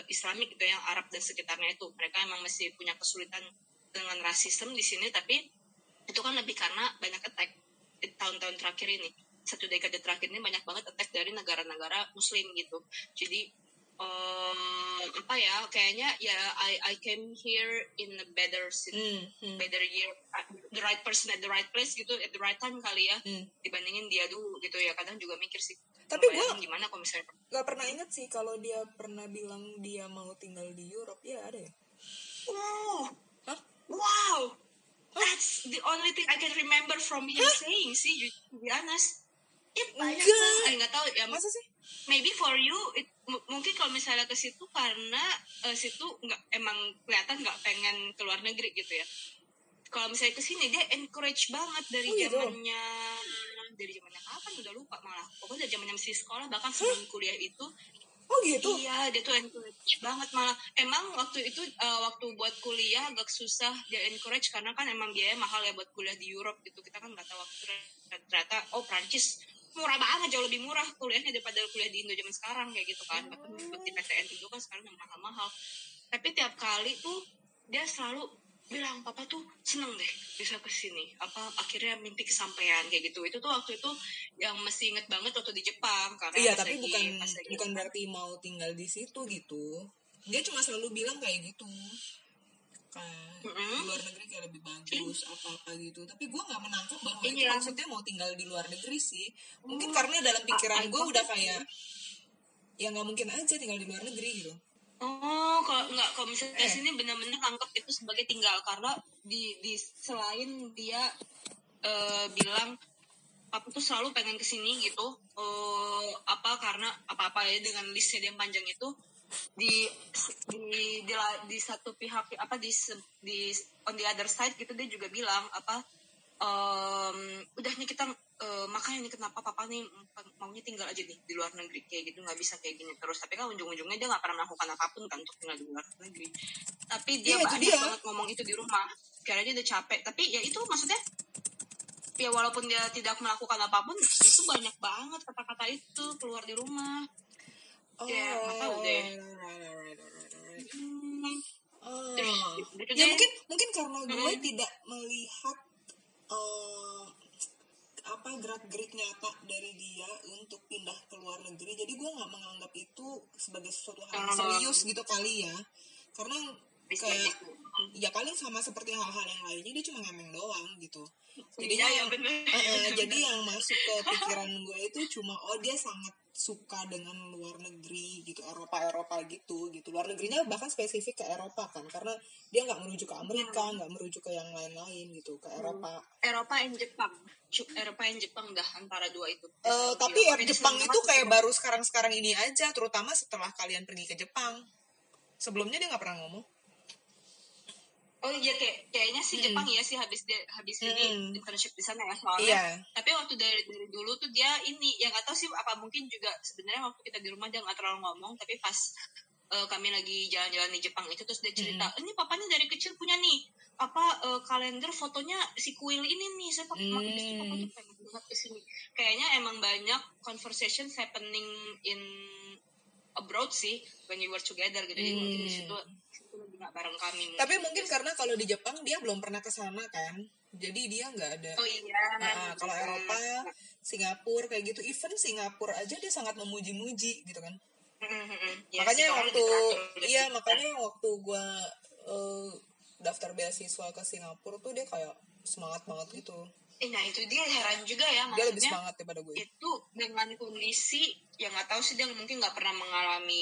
Speaker 1: Islamik gitu, yang Arab dan sekitarnya itu. Mereka emang masih punya kesulitan dengan rasisme di sini, tapi itu kan lebih karena banyak attack di tahun-tahun terakhir ini. Satu dekade terakhir ini banyak banget attack dari negara-negara Muslim gitu. Jadi um, apa ya, kayaknya ya I I came here in a better city, mm, mm. better year, the right person at the right place gitu, at the right time kali ya, mm. dibandingin dia dulu gitu ya. Kadang juga mikir sih,
Speaker 2: tapi gue
Speaker 1: gimana kalau misalnya
Speaker 2: nggak pernah ingat sih kalau dia pernah bilang dia mau tinggal di Europe. Ya ada ya?
Speaker 1: Oh,
Speaker 2: huh?
Speaker 1: Wow, that's the only thing I can remember from him huh? saying sih, to be honest. Ya banyak kan, nggak tahu ya.
Speaker 2: Masa sih?
Speaker 1: Maybe for you, it, m- mungkin kalau misalnya ke situ karena uh, situ nggak emang kelihatan nggak pengen keluar negeri gitu ya. Kalau misalnya ke sini dia encourage banget dari oh, zamannya, gitu? Dari zamannya kapan udah lupa malah. Pokoknya dari zamannya masih sekolah, bahkan sebelum huh? kuliah itu.
Speaker 2: Oh gitu?
Speaker 1: Iya, dia tuh encourage banget malah. Emang waktu itu uh, waktu buat kuliah agak susah dia encourage karena kan emang biaya mahal ya buat kuliah di Europe gitu. Kita kan nggak tahu waktu ternyata oh Prancis murah banget, jauh lebih murah kuliahnya daripada kuliah di Indo zaman sekarang kayak gitu kan. Bahkan di P T N itu kan sekarang yang mahal-mahal. Tapi tiap kali tuh dia selalu bilang papa tuh seneng deh bisa kesini, apa akhirnya mimpi kesampaian kayak gitu. Itu tuh waktu itu yang masih inget banget waktu di Jepang karena
Speaker 2: iya tapi lagi, bukan lagi, bukan berarti mau tinggal di situ gitu. Dia cuma selalu bilang kayak gitu kayak mm-hmm. di luar negeri kayak lebih bagus apa-apa gitu. Tapi gue nggak menangkap bahwa iya. itu maksudnya mau tinggal di luar negeri sih. Mungkin oh. karena dalam pikiran gue udah kayak ya nggak mungkin aja tinggal di luar negeri gitu.
Speaker 1: Oh, kalau nggak, kalau misalnya eh. sini benar-benar anggap itu sebagai tinggal karena di di selain dia uh, bilang aku tuh selalu pengen kesini gitu, uh, apa karena apa-apa ya dengan listnya dia panjang itu di di di, di satu pihak apa di di on the other side gitu dia juga bilang apa um, udah nih kita uh, makanya nih kenapa papa nih maunya tinggal aja nih di luar negeri kayak gitu, nggak bisa kayak gini terus. Tapi kan ujung-ujungnya dia nggak pernah melakukan apapun kan untuk tinggal di luar negeri. Tapi dia yeah, banyak dia. banget ngomong itu di rumah karena dia udah capek. Tapi ya itu maksudnya ya walaupun dia tidak melakukan apapun itu banyak banget kata-kata itu keluar di rumah.
Speaker 2: Oh,
Speaker 1: ya nggak tahu deh.
Speaker 2: Hmm. Oh. Terus, ya mungkin mungkin karena gue hmm. tidak melihat uh, apa gerak-gerik nyata dari dia untuk pindah ke luar negeri, jadi gue nggak menganggap itu sebagai sesuatu hal yang serius gitu kali ya. Karena kayak ya paling sama seperti hal-hal yang lainnya dia cuma ngemeng doang gitu. Jadinya
Speaker 1: ya, ya,
Speaker 2: yang uh, jadi yang masuk ke pikiran gue itu cuma oh dia sangat suka dengan luar negeri gitu, Eropa-Eropa gitu gitu. Luar negerinya bahkan spesifik ke Eropa kan, karena dia nggak merujuk ke Amerika, nggak hmm. merujuk ke yang lain-lain gitu, ke Eropa.
Speaker 1: Eropa dan Jepang, Eropa dan Jepang dah antara dua itu.
Speaker 2: Uh, tapi ya Jepang itu kayak baru sekarang-sekarang ini aja, terutama setelah kalian pergi ke Jepang. Sebelumnya dia nggak pernah ngomong.
Speaker 1: Oh iya kayak kayaknya sih hmm. Jepang ya sih habis dia habis hmm. ini internship di sana ya soalnya.
Speaker 2: Yeah.
Speaker 1: Tapi waktu dari dari dulu tuh dia ini yang nggak tahu sih apa mungkin juga sebenarnya waktu kita di rumah dia nggak terlalu ngomong, tapi pas uh, kami lagi jalan-jalan di Jepang itu terus dia cerita hmm. ini papanya dari kecil punya nih apa uh, kalender fotonya si kuil ini nih saya pakai hmm. itu papanya pengen banget kesini. Kayaknya emang banyak conversations happening in abroad sih when we were together gitu. Jadi hmm. mungkin di situ nggak bareng kami.
Speaker 2: Tapi mungkin karena kalau di Jepang dia belum pernah ke sana kan, jadi dia nggak ada.
Speaker 1: Oh iya.
Speaker 2: Nah, kalau Eropa, Singapura kayak gitu, even Singapura aja dia sangat memuji-muji gitu kan.
Speaker 1: Mm-hmm. Ya,
Speaker 2: makanya waktu, iya makanya waktu gue uh, daftar beasiswa ke Singapura tuh dia kayak semangat banget gitu.
Speaker 1: Eh, nah itu dia heran juga ya maksudnya.
Speaker 2: Dia lebih semangat daripada gue.
Speaker 1: Itu dengan kondisi yang nggak tahu sih dia mungkin nggak pernah mengalami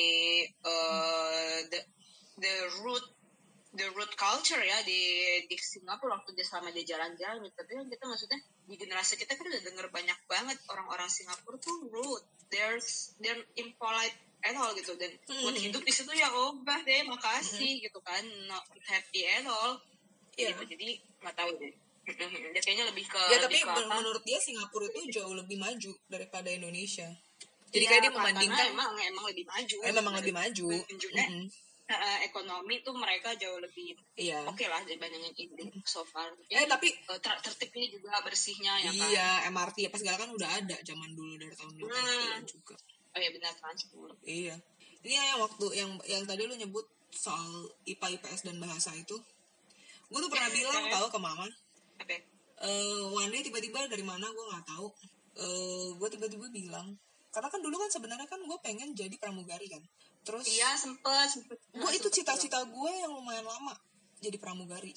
Speaker 1: uh, the the root the root culture ya di di Singapura waktu dia selama dia jalan-jalan gitu. Tapi kan kita maksudnya di generasi kita kan udah denger banyak banget orang-orang Singapura tuh rude, they're they're impolite at all gitu, dan mm-hmm. buat hidup di situ ya obah deh makasih mm-hmm. gitu kan, not happy at all yeah. gitu. Jadi nggak tahu deh. Dia kayaknya lebih ke
Speaker 2: ya tapi
Speaker 1: ke
Speaker 2: menurut dia Singapura itu jauh lebih maju daripada Indonesia. Jadi ya, kayak dia membandingkan
Speaker 1: emang emang lebih maju.
Speaker 2: Eh, memang lebih maju.
Speaker 1: Mm-hmm. Uh, ekonomi tuh mereka jauh lebih iya. oke okay lah dibandingin Indo so far.
Speaker 2: Eh tapi
Speaker 1: uh, ter- tertibnya juga bersihnya ya kan.
Speaker 2: Iya, M R T apa segala kan udah ada zaman dulu dari tahun delapan puluhan hmm. juga.
Speaker 1: Oh iya benar transport.
Speaker 2: Iya. Ini yang waktu yang yang tadi lu nyebut soal I P A, I P S dan bahasa itu, gue tuh pernah bilang tau ke mama.
Speaker 1: Apa?
Speaker 2: Uh, one day tiba-tiba dari mana gue nggak tahu. Uh, gue tiba-tiba bilang, karena kan dulu kan sebenarnya kan gue pengen jadi pramugari kan. Terus
Speaker 1: iya sempet sempet
Speaker 2: gue itu cita-cita gue yang lumayan lama jadi pramugari.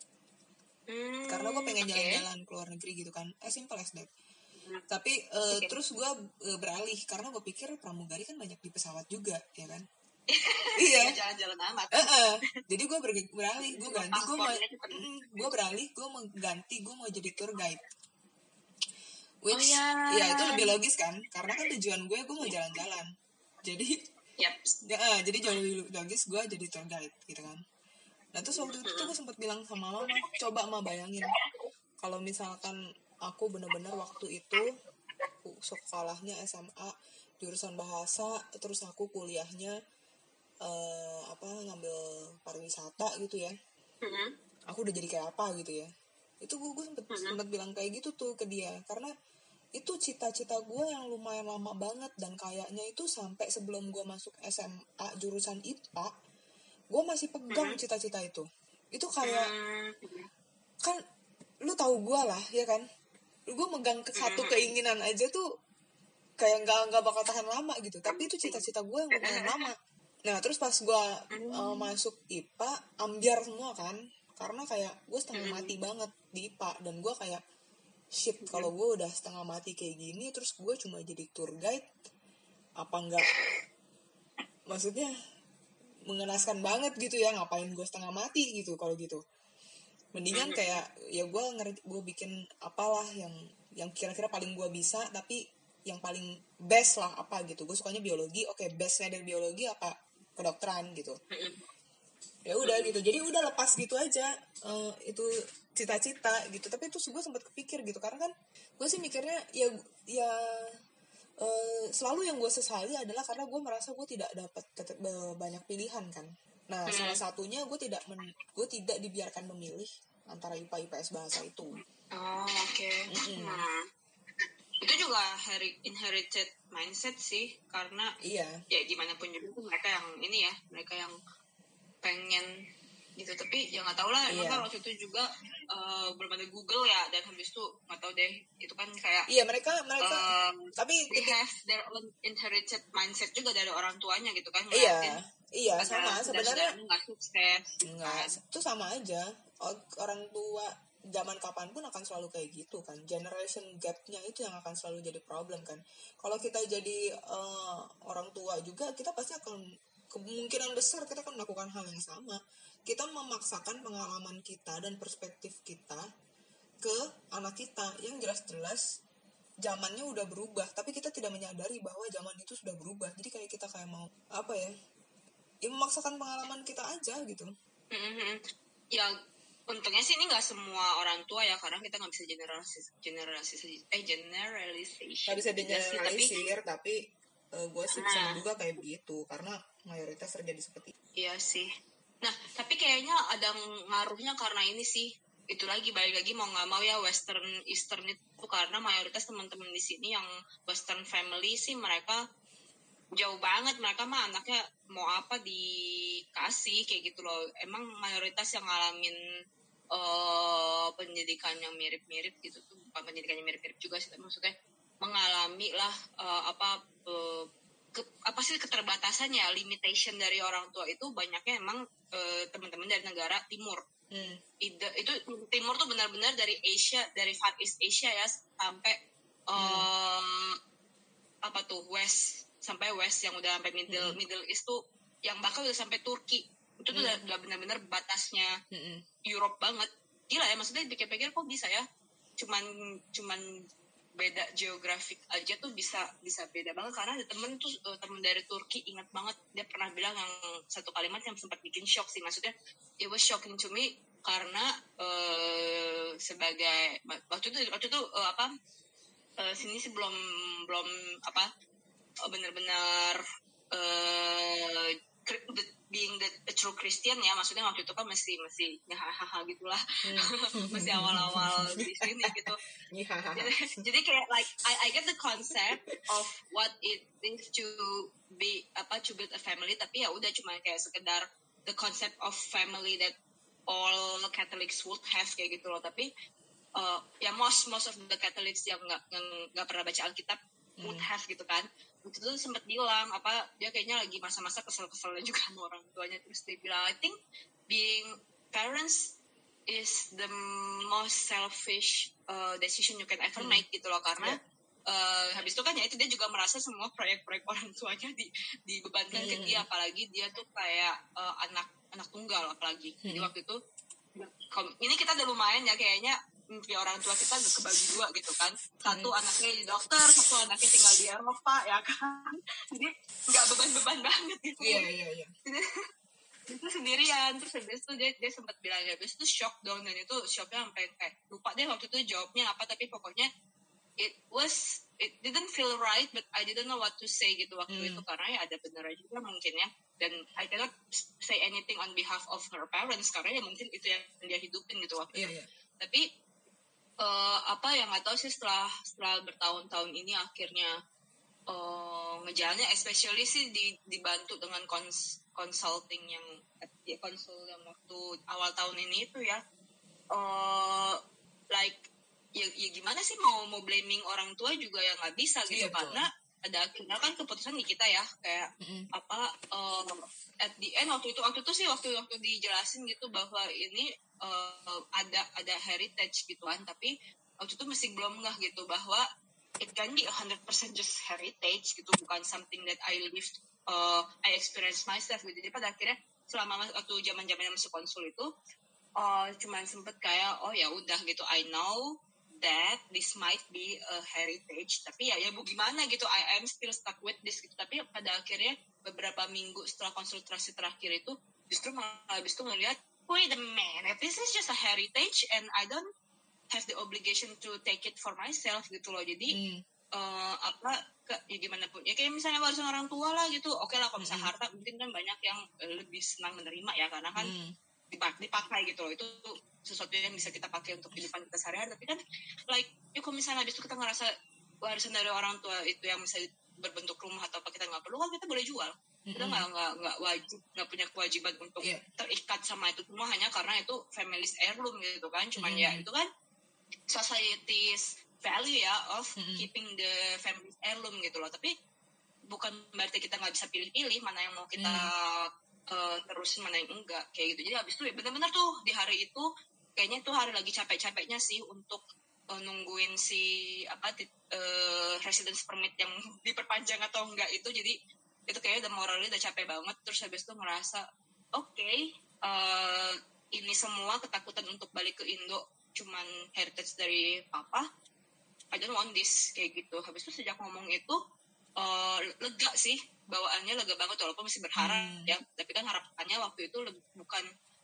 Speaker 2: Hmm, karena gue pengen okay. jalan-jalan ke luar negeri gitu kan, as simple as that. Hmm. Tapi uh, okay. terus gue uh, beralih karena gue pikir pramugari kan banyak di pesawat juga, ya kan? Iya.
Speaker 1: Jalan-jalan amat.
Speaker 2: Uh-uh. Jadi gue ber- beralih, gue ganti, gue mau, mm, gue beralih, gue mau ganti, gue mau jadi tour guide. Which, oh, ya. ya itu lebih logis kan, karena kan tujuan gue, gue mau jalan-jalan. Jadi,
Speaker 1: yep.
Speaker 2: ya, uh, jadi jauh lebih logis gue jadi tour guide, gitu kan. Nah terus waktu itu gue sempat bilang sama mama, coba mama bayangin, kalau misalkan aku benar-benar waktu itu sekolahnya S M A jurusan bahasa, terus aku kuliahnya uh, apa ngambil pariwisata gitu ya, mm-hmm. aku udah jadi kayak apa gitu ya. Itu gue gue sempet mm-hmm. sempet bilang kayak gitu tuh ke dia, karena itu cita-cita gue yang lumayan lama banget, dan kayaknya itu sampai sebelum gue masuk S M A jurusan I P A, gue masih pegang mm-hmm. cita-cita itu. Itu kayak mm-hmm. kan lu tahu gue lah ya kan, gue megang satu keinginan aja tuh kayak nggak nggak bakal tahan lama gitu, tapi itu cita-cita gue yang lumayan lama. Nah terus pas gue uh, masuk I P A, ambiar semua kan, karena kayak gue setengah mati banget di I P A, dan gue kayak shit, kalau gue udah setengah mati kayak gini terus gue cuma jadi tour guide, apa enggak, maksudnya mengenaskan banget gitu ya, ngapain gue setengah mati gitu kalau gitu. Mendingan kayak ya gue ngerti, gue bikin apalah yang yang kira-kira paling gue bisa, tapi yang paling best lah apa gitu. Gue sukanya biologi, oke okay, bestnya dari biologi apa, kedokteran gitu. Ya udah gitu, jadi udah lepas gitu aja uh, itu cita-cita gitu. Tapi itu gue sempat kepikir gitu, karena kan gue sih mikirnya ya ya uh, selalu yang gue sesali adalah karena gue merasa gue tidak dapat banyak pilihan kan. Nah hmm. salah satunya gue tidak men- gue tidak dibiarkan memilih antara I P A I P S bahasa itu.
Speaker 1: Oh oke. Okay. Hmm. Itu juga inherited mindset sih, karena
Speaker 2: iya.
Speaker 1: ya gimana pun juga tuh mereka yang ini ya, mereka yang pengen gitu. Tapi ya nggak tahu lah, emang iya. Kan waktu itu juga uh, belum ada Google ya, dan habis itu nggak tahu deh, itu kan kayak
Speaker 2: iya mereka mereka
Speaker 1: um,
Speaker 2: tapi
Speaker 1: they have their own inherited mindset juga dari orang tuanya gitu kan,
Speaker 2: ngeliatin iya iya sama sebenarnya
Speaker 1: nggak sukses
Speaker 2: nggak kan. Itu sama aja, orang tua zaman kapanpun akan selalu kayak gitu kan. Generation gap-nya itu yang akan selalu jadi problem kan. Kalau kita jadi uh, orang tua juga, kita pasti akan kemungkinan besar kita akan melakukan hal yang sama. Kita memaksakan pengalaman kita dan perspektif kita ke anak kita yang jelas-jelas zamannya udah berubah, tapi kita tidak menyadari bahwa zaman itu sudah berubah. Jadi kayak kita kayak mau apa ya, ya memaksakan pengalaman kita aja gitu.
Speaker 1: Mm-hmm. Ya untungnya sih ini nggak semua orang tua ya, karena kita nggak bisa generalis generalisasi eh generalisasi
Speaker 2: nggak bisa generalisir, tapi, tapi uh, gue sih nah. senang juga kayak begitu, karena mayoritas terjadi seperti itu.
Speaker 1: Iya sih. Nah tapi kayaknya ada ngaruhnya karena ini sih, itu lagi balik lagi mau nggak mau ya western eastern itu, karena mayoritas teman-teman di sini yang western family sih mereka jauh banget, mereka mah anaknya mau apa dikasih kayak gitu loh. Emang mayoritas yang ngalamin uh, pendidikan yang mirip-mirip gitu tuh, bukan pendidikan yang mirip-mirip juga sih, maksudnya mengalami lah uh, apa uh, ke, apa sih keterbatasannya, limitation dari orang tua itu banyaknya emang uh, teman-teman dari negara timur. Hmm. Itu, itu timur tuh benar-benar dari Asia, dari Far East Asia ya, sampai um, hmm. apa tuh west, sampai west yang udah sampai middle hmm. middle East tuh, yang bahkan udah sampai Turki. Itu tuh hmm. udah, udah benar-benar batasnya hmm. Europe banget. Gila ya, maksudnya pikir-pikir kok bisa ya, cuman cuman beda geografik aja tuh bisa bisa beda banget. Karena ada temen tuh uh, temen dari Turki, ingat banget dia pernah bilang yang satu kalimat yang sempat bikin shock sih, maksudnya it was shocking to me, karena uh, sebagai waktu itu waktu itu uh, apa uh, sini sih belum belum apa uh, benar-benar uh, being the true Christian ya, maksudnya waktu itu kan masih masih ya hahaha gitulah, hmm. masih awal-awal di sini gitu. jadi, jadi kayak like I I get the concept of what it is to be apa to build a family, tapi ya udah cuma kayak sekedar the concept of family that all Catholics would have kayak gitu loh. Tapi uh, ya most most of the Catholics yang nggak nggak pernah baca Alkitab would have gitu kan. Itu tuh sempat bilang apa dia kayaknya lagi masa-masa kesel-keselnya juga sama orang tuanya, terus dia bilang I think being parents is the most selfish uh, decision you can ever make hmm. gitu loh, karena yeah. Uh, habis itu kan ya itu dia juga merasa semua proyek-proyek orang tuanya di, dibebankan hmm. ke dia, apalagi dia tuh kayak uh, anak anak tunggal apalagi. Hmm. Jadi waktu itu ini kita udah lumayan ya kayaknya mimpi orang tua kita udah kebagi dua gitu kan. Satu hmm. anaknya jadi dokter, satu anaknya tinggal di Eropa ya kan. Jadi nggak beban-beban banget gitu.
Speaker 2: Iya iya iya.
Speaker 1: Itu sendirian, terus habis itu dia, dia sempat bilang ya, habis itu shock dong, dan itu shocknya sampai kayak lupa deh waktu itu jawabnya apa, tapi pokoknya it was it didn't feel right but I didn't know what to say gitu waktu hmm. itu, karena ya ada beneran juga mungkin ya, dan I cannot say anything on behalf of her parents karena ya mungkin itu yang dia hidupin gitu waktu
Speaker 2: yeah,
Speaker 1: itu
Speaker 2: yeah.
Speaker 1: Tapi uh, apa yang nggak tahu sih setelah setelah bertahun-tahun ini akhirnya uh, ngejalannya, especially sih di, dibantu dengan cons, consulting yang ya konsul yang waktu awal tahun ini itu ya uh, like Ya, ya gimana sih mau mau blaming orang tua juga ya nggak bisa gitu, iya, karena ada akhirnya kan keputusan di kita ya kayak mm-hmm. apa uh, at the end waktu itu waktu itu sih waktu waktu dijelasin gitu bahwa ini uh, ada ada heritage gitu kan, tapi waktu itu masih belum ngeh gitu bahwa it can be one hundred percent just heritage gitu, bukan something that I lived uh, I experienced myself gitu. Jadi pada akhirnya selama waktu zaman-zaman masuk konsul itu uh, cuman sempet kayak oh ya udah gitu, I know that this might be a heritage, tapi ya ya bu gimana gitu, I am still stuck with this gitu. Tapi pada akhirnya beberapa minggu setelah konsultasi terakhir itu justru habis itu ngelihat wait a minute, this is just a heritage and I don't have the obligation to take it for myself gitu loh. Jadi hmm. uh, apa ke, ya gimana pun ya kayak misalnya warisan orang tua lah gitu, oke okay lah kalau misalnya harta mungkin kan banyak yang lebih senang menerima ya karena kan hmm. dipakai gitu loh, itu sesuatu yang bisa kita pakai untuk kehidupan kita sehari-hari. Tapi kan like ya kalau misalnya habis itu kita ngerasa warisan dari orang tua itu yang misalnya berbentuk rumah atau apa kita nggak perlu, kan kita boleh jual. Kita nggak mm-hmm. nggak nggak wajib nggak punya kewajiban untuk yeah. terikat sama itu semua hanya karena itu family's heirloom gitu kan. Cuman mm-hmm. ya itu kan society's value ya of mm-hmm. keeping the family's heirloom gitu loh. Tapi bukan berarti kita nggak bisa pilih-pilih mana yang mau kita mm. Uh, terusin mana yang enggak kayak gitu. Jadi abis itu ya benar-benar tuh di hari itu kayaknya tuh hari lagi capek-capeknya sih untuk uh, nungguin si apa uh, residence permit yang diperpanjang atau enggak itu. Jadi itu kayaknya udah moralnya udah capek banget. Terus habis itu merasa oke okay, uh, ini semua ketakutan untuk balik ke Indo cuman heritage dari papa, I don't want this kayak gitu. Habis itu sejak ngomong itu uh, lega sih, bawaannya lega banget walaupun masih berharap hmm. ya, tapi kan harapannya waktu itu lebih, bukan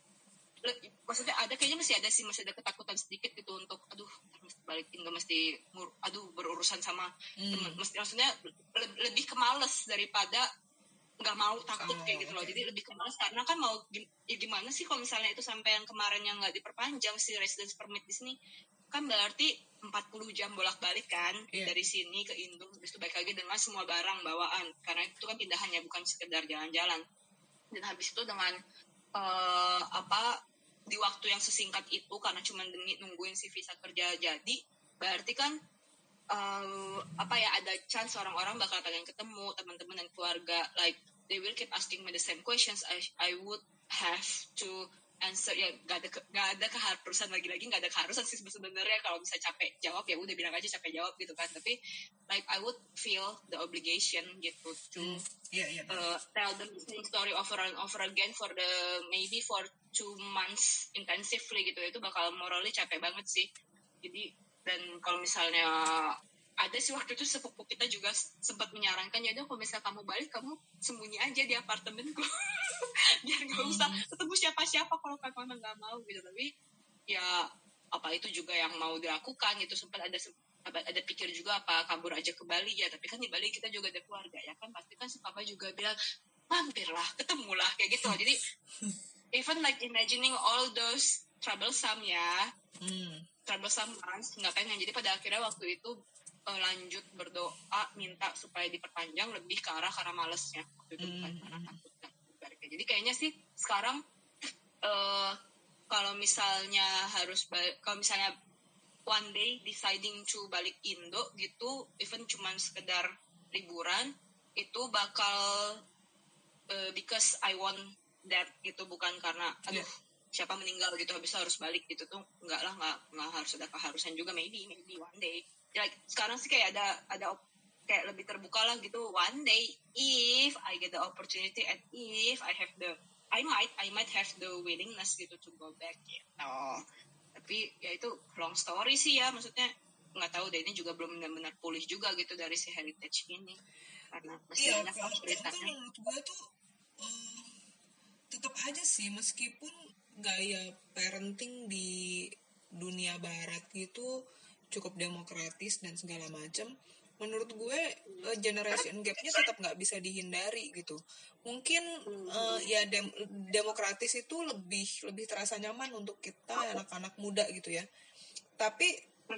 Speaker 1: le, maksudnya ada kayaknya masih ada sih masih ada ketakutan sedikit gitu untuk aduh mesti balik Indo mesti aduh berurusan sama hmm. temen, mesti maksudnya le, lebih kemales daripada nggak mau takut oh, kayak gitu loh. Jadi lebih kemales karena kan mau ya gimana sih kalau misalnya itu sampai yang kemarin yang nggak diperpanjang si residence permit di sini, kan berarti empat puluh jam bolak-balik kan yeah. dari sini ke Indo, habis itu balik lagi dengan semua barang bawaan, karena itu kan pindahannya bukan sekedar jalan-jalan. Dan habis itu dengan uh, apa di waktu yang sesingkat itu karena cuma demi nungguin si visa kerja jadi, berarti kan uh, apa ya ada chance orang-orang bakal pengen ketemu teman-teman dan keluarga, like they will keep asking me the same questions. I I would have to answer ya, gak ada gak ada keharusan, lagi-lagi gak ada keharusan sih sebenarnya. Kalau bisa capek jawab ya udah bilang aja capek jawab gitu kan, tapi like I would feel the obligation gitu to mm. yeah, yeah. Uh, tell the same story over and over again for the maybe for two months intensively gitu. Itu bakal morally capek banget sih. Jadi dan kalau misalnya ada sih waktu itu sepupu kita juga sempat menyarankan ya udah kalau misalnya kamu balik kamu sembunyi aja di apartemenku biar nggak usah ketemu siapa-siapa kalau kamu nggak mau gitu. Tapi ya apa itu juga yang mau dilakukan gitu. Sempat ada ada pikir juga apa kabur aja ke Bali ya, tapi kan di Bali kita juga ada keluarga ya kan, pasti kan si papa juga bilang mampirlah, ketemulah kayak gitu. Jadi even like imagining all those troublesome ya, hmm. troublesome months nggak pengen. Jadi pada akhirnya waktu itu uh, lanjut berdoa minta supaya diperpanjang lebih ke arah karena malesnya waktu itu, hmm. bukan karena takut. Jadi kayaknya sih sekarang uh, kalau misalnya harus balik, kalau misalnya one day deciding to balik Indo gitu, even cuman sekedar liburan, itu bakal uh, because I want that gitu, bukan karena aduh yeah. siapa meninggal gitu habis harus balik gitu tuh, enggak lah, enggak enggak harus ada keharusan juga, maybe maybe one day. Like sekarang sih kayak ada ada kayak lebih terbuka lah gitu, one day if I get the opportunity and if I have the I might I might have the willingness gitu to go back gitu. Tapi ya itu long story sih ya, maksudnya nggak tahu deh, ini juga belum benar-benar pulih juga gitu dari si heritage ini, karena masih
Speaker 2: iya,
Speaker 1: banyak ceritanya.
Speaker 2: Menurut gue tuh um, tetap aja sih, meskipun gaya parenting di dunia barat gitu cukup demokratis dan segala macam, menurut gue uh, generation gap-nya tetap nggak bisa dihindari gitu. Mungkin uh, ya dem- demokratis itu lebih lebih terasa nyaman untuk kita anak-anak muda gitu ya. Tapi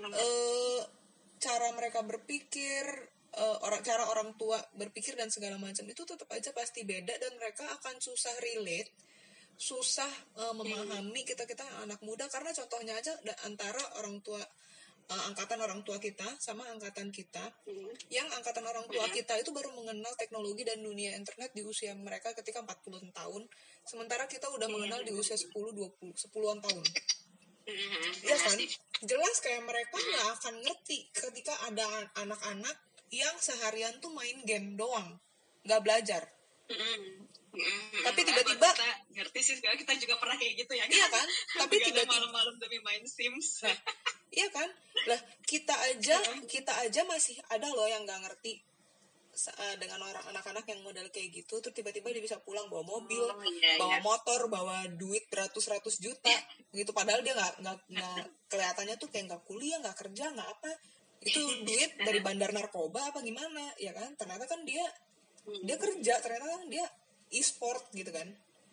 Speaker 2: uh, cara mereka berpikir, uh, orang cara orang tua berpikir dan segala macam itu tetap aja pasti beda, dan mereka akan susah relate, susah uh, memahami kita kita anak muda, karena contohnya aja antara orang tua Uh, angkatan orang tua kita sama angkatan kita, mm. yang angkatan orang tua kita itu baru mengenal teknologi dan dunia internet di usia mereka ketika empat puluh tahun, sementara kita udah mengenal di usia sepuluh dua puluh sepuluhan tahun. Mm-hmm. Ya kan? Jelas kayak mereka nggak akan ngerti ketika ada anak-anak yang seharian tuh main game doang, nggak belajar. Mm-hmm. Mm-hmm. Tapi tiba-tiba
Speaker 1: kita ngerti sih, sekarang kita juga pernah kayak gitu ya kan?
Speaker 2: Iya kan? Tapi tiba-tiba
Speaker 1: malam-malam demi main Sims.
Speaker 2: Nah, iya kan? Lah kita aja kita aja masih ada loh yang nggak ngerti dengan orang anak-anak yang modal kayak gitu, terus tiba-tiba dia bisa pulang bawa mobil, oh, iya, bawa iya. motor, bawa duit beratus-ratus juta gitu, padahal dia nggak nggak nggak kelihatannya tuh kayak nggak kuliah, nggak kerja, nggak apa, itu duit dari bandar narkoba apa gimana ya kan? Ternyata kan dia dia kerja, ternyata kan dia e-sport gitu kan.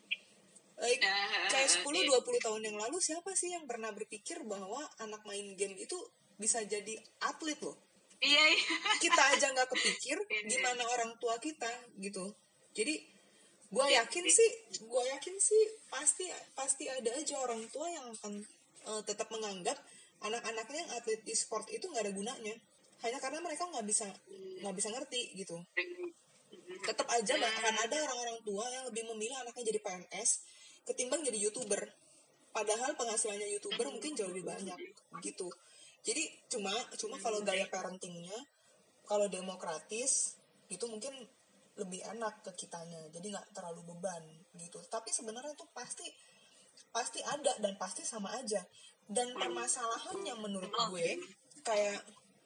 Speaker 2: Like, kayak sepuluh dua puluh tahun yang lalu siapa sih yang pernah berpikir bahwa anak main game itu bisa jadi atlet loh?
Speaker 1: Iya, iya.
Speaker 2: Kita aja nggak kepikir, gimana orang tua kita gitu. Jadi gue yakin sih, gue yakin sih pasti pasti ada aja orang tua yang akan uh, tetap menganggap anak-anaknya yang atlet e-sport itu nggak ada gunanya, hanya karena mereka nggak bisa nggak bisa ngerti gitu. Tetap aja akan ada orang-orang tua yang lebih memilih anaknya jadi P N S ketimbang jadi YouTuber, padahal penghasilannya YouTuber mungkin jauh lebih banyak gitu. Jadi cuma cuma kalau gaya parentingnya, kalau demokratis itu mungkin lebih enak ke kitanya, jadi nggak terlalu beban gitu. Tapi sebenarnya itu pasti pasti ada dan pasti sama aja. Dan permasalahannya menurut gue kayak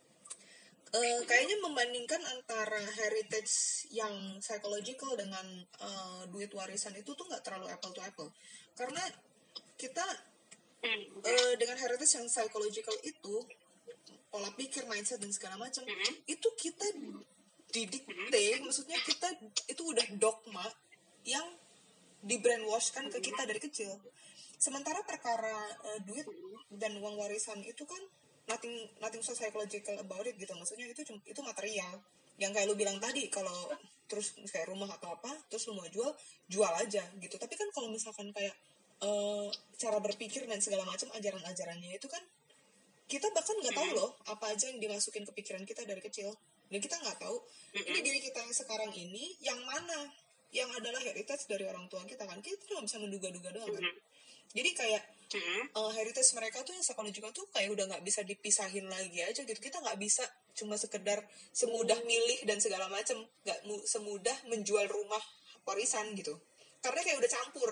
Speaker 2: Uh, kayaknya membandingkan antara heritage yang psychological dengan uh, duit warisan itu tuh nggak terlalu apple to apple, karena kita uh, dengan heritage yang psychological itu, pola pikir, mindset dan segala macam itu kita didikte, maksudnya kita itu udah dogma yang di brainwashkan ke kita dari kecil. Sementara perkara uh, duit dan uang warisan itu kan nothing nothing so psychological about it gitu, maksudnya itu itu material yang kayak lu bilang tadi, kalau terus kayak rumah atau apa terus lu mau jual jual aja gitu. Tapi kan kalau misalkan kayak uh, cara berpikir dan segala macam ajaran-ajarannya itu kan kita bahkan nggak tahu loh apa aja yang dimasukin ke pikiran kita dari kecil, dan kita nggak tahu ini diri kita yang sekarang ini yang mana yang adalah heritage dari orang tua kita kan, kita nggak bisa menduga-duga doang kan. Jadi kayak uh, heritage mereka tuh yang psychological tuh kayak udah nggak bisa dipisahin lagi aja gitu. Kita nggak bisa cuma sekedar semudah milih dan segala macam, nggak mu- semudah menjual rumah warisan gitu, karena kayak udah campur.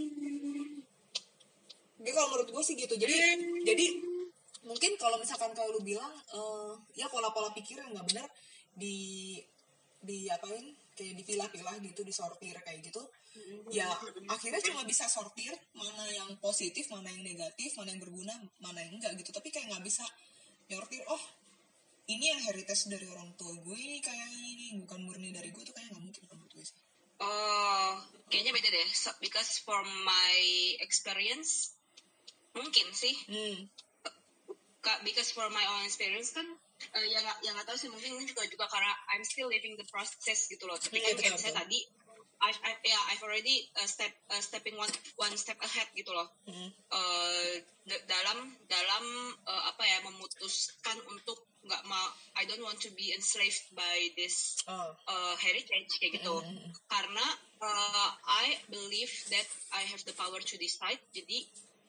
Speaker 2: Jadi kalau menurut gue sih gitu. Jadi jadi mungkin kalau misalkan kalau lu bilang uh, ya pola-pola pikir yang nggak benar di di apain kayak dipilah-pilah gitu, disortir kayak gitu, ya akhirnya cuma bisa sortir mana yang positif, mana yang negatif, mana yang berguna, mana yang enggak gitu. Tapi kayak nggak bisa nyortir, oh ini yang heritage dari orang tua gue ini kayak ini bukan murni dari gue, tuh kayak nggak mungkin menurut gue sih.
Speaker 1: Oh, kayaknya beda deh. So, because for my experience, mungkin sih.
Speaker 2: Hmm.
Speaker 1: Kak, because for my own experience kan, uh, yang yang nggak tahu sih, mungkin ini juga juga karena I'm still living the process gitu loh. Tapi kan
Speaker 2: Hmm,
Speaker 1: kayak
Speaker 2: betul,
Speaker 1: misalnya
Speaker 2: betul.
Speaker 1: tadi, I've, I've, yeah, I've already uh, step uh, stepping one one step ahead gitu loh.
Speaker 2: Hmm.
Speaker 1: Uh, d- dalam dalam uh, apa ya, memutuskan untuk nggak mau, I don't want to be enslaved by this
Speaker 2: Oh.
Speaker 1: uh, heritage kayak gitu.
Speaker 2: Hmm.
Speaker 1: Karena uh, I believe that I have the power to decide. Jadi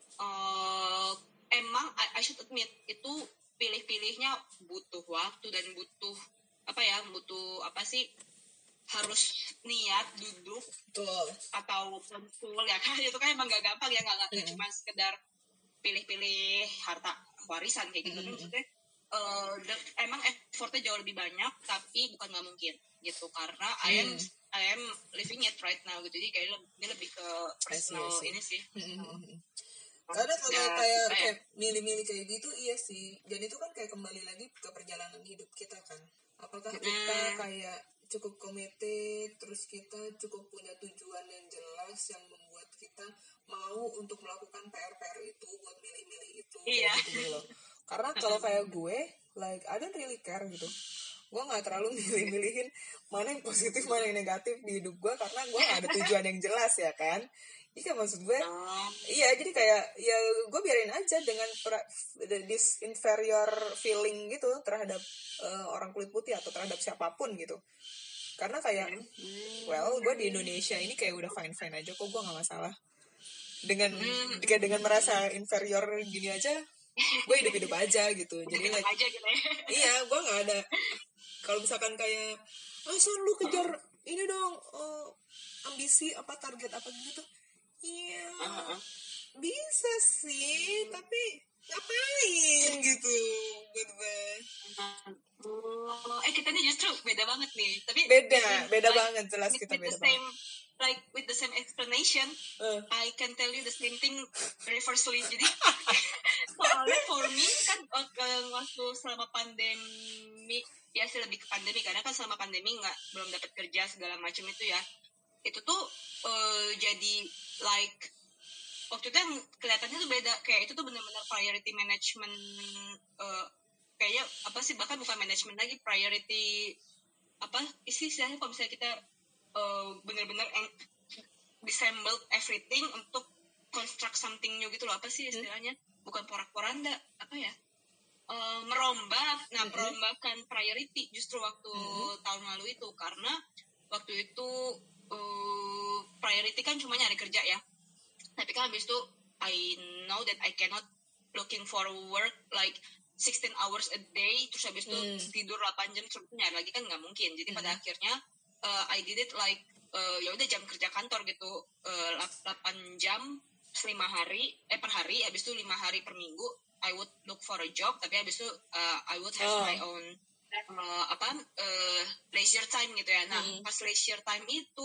Speaker 1: uh, emang I, I should admit itu pilih-pilihnya butuh waktu dan butuh apa ya, butuh apa sih, harus niat duduk
Speaker 2: Betul.
Speaker 1: atau kumpul ya kan, itu kan emang gak gampang ya, gak, gak,
Speaker 2: Mm-hmm.
Speaker 1: cuma sekedar pilih-pilih harta warisan kayak gitu.
Speaker 2: Mm-hmm.
Speaker 1: Tapi maksudnya uh, the- emang effortnya jauh lebih banyak, tapi bukan gak mungkin gitu, karena I am
Speaker 2: Hmm.
Speaker 1: I am living it right now gitu. Jadi kayak lebih, ini lebih ke personal
Speaker 2: I see, I see.
Speaker 1: ini sih.
Speaker 2: Mm-hmm. Karena kalau
Speaker 1: Ya,
Speaker 2: kayak
Speaker 1: apa ya?
Speaker 2: kayak milih-milih kayak gitu, iya sih. Dan itu kan kayak kembali lagi ke perjalanan hidup kita kan. Apakah kita
Speaker 1: Hmm.
Speaker 2: kayak cukup committed, terus kita cukup punya tujuan yang jelas yang membuat kita mau untuk melakukan P R-P R itu, buat milih-milih itu,
Speaker 1: Iya.
Speaker 2: kayak gitu loh. Karena kalau kayak gue, like I don't really care gitu. Gue nggak terlalu milih-milihin mana yang positif mana yang negatif di hidup gue, karena gue nggak ada tujuan yang jelas ya kan. Iya, maksud gue,
Speaker 1: Oh.
Speaker 2: iya, jadi kayak ya gue biarin aja dengan pra, this inferior feeling gitu terhadap uh, orang kulit putih atau terhadap siapapun gitu. Karena kayak, well, gue di Indonesia ini kayak udah fine fine aja kok, gue nggak masalah dengan
Speaker 1: Hmm.
Speaker 2: kayak dengan merasa inferior gini aja, gue hidup hidup aja gitu. Jadi
Speaker 1: Hidup
Speaker 2: like,
Speaker 1: aja gitu ya.
Speaker 2: iya, gue nggak ada. Kalau misalkan kayak, ah son lu kejar ini dong, uh, ambisi apa target apa gitu. Iya,
Speaker 1: Uh-huh.
Speaker 2: bisa sih, tapi ngapain gitu buat gue.
Speaker 1: Oh, eh kita nih justru beda banget nih. Tapi
Speaker 2: Beda, beda
Speaker 1: like,
Speaker 2: banget, jelas
Speaker 1: with,
Speaker 2: kita
Speaker 1: with
Speaker 2: beda
Speaker 1: the same,
Speaker 2: banget.
Speaker 1: like with the same explanation,
Speaker 2: Uh.
Speaker 1: I can tell you the same thing reversely. Jadi soalnya for me kan waktu selama pandemi, ya sih lebih ke pandemi, karena kan selama pandemi nggak belum dapat kerja segala macam itu ya. Itu tuh uh, jadi like waktu itu yang kelihatannya tuh beda, kayak itu tuh benar-benar priority management, uh, kayaknya apa sih, bahkan bukan management lagi, priority apa istilahnya, kalau misalnya kita uh, benar-benar en- disassemble everything untuk construct something new gitu loh, apa sih istilahnya, bukan porak-poranda, apa ya, uh, merombak, nah
Speaker 2: Mm-hmm.
Speaker 1: perombakan priority justru waktu
Speaker 2: Mm-hmm.
Speaker 1: tahun lalu itu, karena waktu itu uh, priority kan cuma nyari kerja ya. Tapi kan habis itu I know that I cannot looking for work like sixteen hours a day, terus habis itu
Speaker 2: Hmm.
Speaker 1: tidur delapan jam terus nyari lagi kan nggak mungkin. Jadi
Speaker 2: Hmm.
Speaker 1: pada akhirnya uh, I did it like uh, ya udah jam kerja kantor gitu, uh, delapan jam lima hari eh per hari, habis itu lima hari per minggu I would look for a job, tapi habis itu uh, I would have
Speaker 2: Oh.
Speaker 1: my own uh, apa uh, leisure time gitu ya. Nah,
Speaker 2: Hmm.
Speaker 1: pas leisure time itu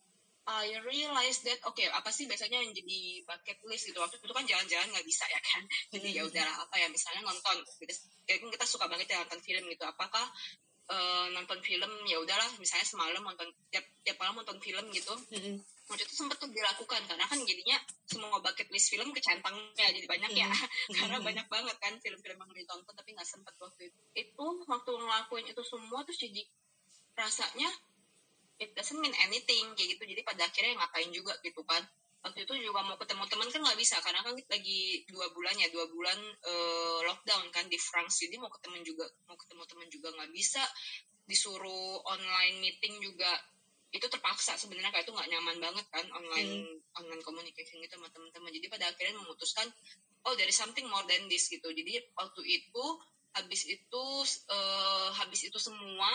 Speaker 1: I realize that oke okay, apa sih biasanya yang jadi bucket list gitu, waktu itu kan jalan-jalan nggak bisa ya kan, jadi ya udahlah apa ya, misalnya nonton, kayak kita suka banget ya nonton film gitu, apakah uh, nonton film ya udahlah misalnya semalam nonton tiap tiap malam nonton film gitu.
Speaker 2: Mm-hmm.
Speaker 1: Waktu itu sempat tuh dilakukan, karena kan jadinya semua bucket list film kecantangnya jadi banyak ya, mm-hmm. karena banyak banget kan film-film yang ditonton tapi nggak sempat waktu itu. Itu waktu ngelakuin itu semua terus jadi rasanya it doesn't mean anything kayak gitu. Jadi pada akhirnya ngapain juga gitu kan. Waktu itu juga mau ketemu teman kan nggak bisa, karena kan lagi dua bulan ya, dua bulan uh, lockdown kan di France. Jadi mau ketemu juga, mau ketemu teman juga nggak bisa. Disuruh online meeting juga itu terpaksa sebenarnya, kayak itu nggak nyaman banget kan online hmm. online communication gitu sama teman-teman. Jadi pada akhirnya memutuskan oh there is something more than this gitu. Jadi waktu itu habis itu uh, habis itu semua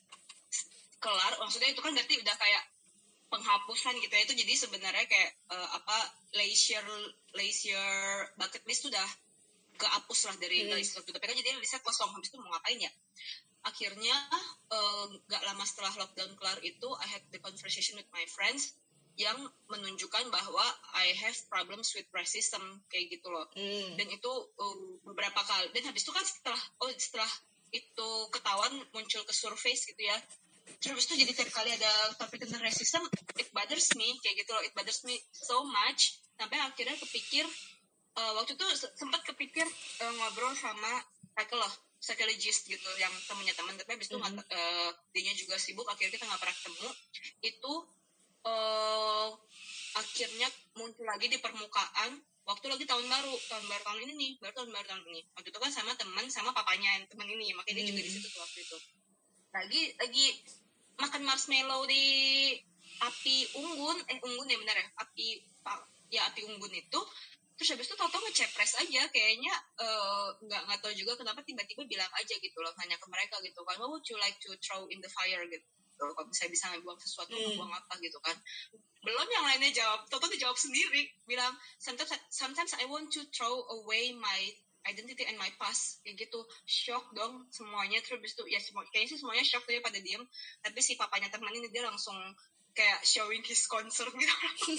Speaker 1: kelar, maksudnya itu kan berarti udah kayak penghapusan gitu ya, itu jadi sebenarnya kayak uh, apa leisure leisure bucket list tuh udah kehapus lah dari hmm. list itu, tapi kan jadi listnya kosong, habis itu mau ngapain ya. Akhirnya uh, gak lama setelah lockdown kelar itu I had the conversation with my friends yang menunjukkan bahwa I have problems with racism kayak gitu loh. hmm. Dan itu uh, beberapa kali, dan habis itu kan setelah oh setelah itu ketahuan muncul ke survei gitu ya, terus itu jadi tiap kali ada topik tentang racism, it bothers me kayak gitu loh, it bothers me so much sampai akhirnya kepikir uh, waktu itu sempat kepikir uh, ngobrol sama psycholog psychologist gitu yang temennya teman, tapi habis itu mm-hmm. uh, dianya juga sibuk, akhirnya kita nggak pernah ketemu. Itu uh, akhirnya muncul lagi di permukaan waktu lagi tahun baru tahun baru tahun ini nih baru tahun baru tahun ini waktu itu kan sama teman sama papanya yang teman ini, makanya dia mm-hmm. juga di situ tuh waktu itu lagi lagi makan marshmallow di api unggun eh unggun ya benar ya api ya api unggun itu. Terus habis itu tau-tau ngecepres aja kayaknya nggak uh, nggak tahu juga kenapa tiba-tiba bilang aja gitu loh, nanya ke mereka gitu kan, what would you like to throw in the fire gitu, kalau misalnya bisa ngebuang sesuatu hmm. ngebuang apa gitu kan. Belum yang lainnya jawab, tau-tau dia jawab sendiri bilang sometimes sometimes I want to throw away my identity and my past kayak gitu. Shock dong semuanya. Terus habis itu ya semua kayaknya sih semuanya shock dia pada diem, tapi si papanya teman ini dia langsung kayak showing his concern gitu.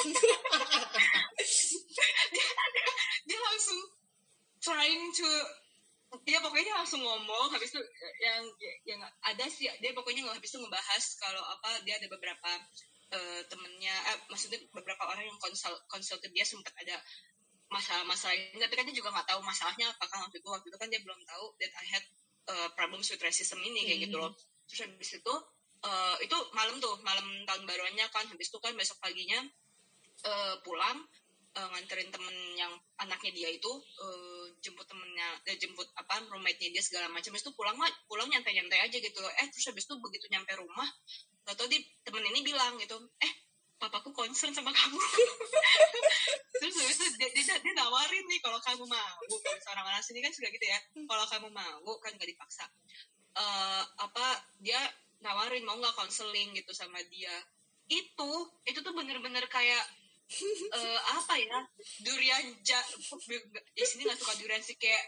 Speaker 1: dia, dia, dia langsung trying to dia pokoknya langsung ngomong habis itu yang yang ada sih dia pokoknya nggak habis itu ngebahas kalau apa dia ada beberapa uh, temennya eh, maksudnya beberapa orang yang konsul konsul ke dia sempat ada masalah-masalah ini, tapi kan dia juga nggak tahu masalahnya apakah waktu itu waktu itu kan dia belum tahu that I had uh, problems with racism ini kayak mm-hmm. gitu loh. Terus habis itu Uh, itu malam tuh malam tahun baruannya kan, habis itu kan besok paginya uh, pulang uh, nganterin temen yang anaknya dia itu uh, jemput temennya eh, jemput apa roommate-nya dia segala macam. Habis itu pulang mah pulang nyantai-nyantai aja gitu loh. Eh terus habis itu begitu nyampe rumah tau di temen ini bilang gitu, eh papaku concern sama kamu. Terus habis itu dia, dia, dia nawarin nih kalau kamu mau, kalau orang-orang sini kan suka gitu ya, kalau kamu mau kan nggak dipaksa. Uh, apa dia nawarin mau nggak konseling gitu sama dia. Itu itu tuh bener-bener kayak uh, apa ya durian ja, di sini nggak suka durian sih, kayak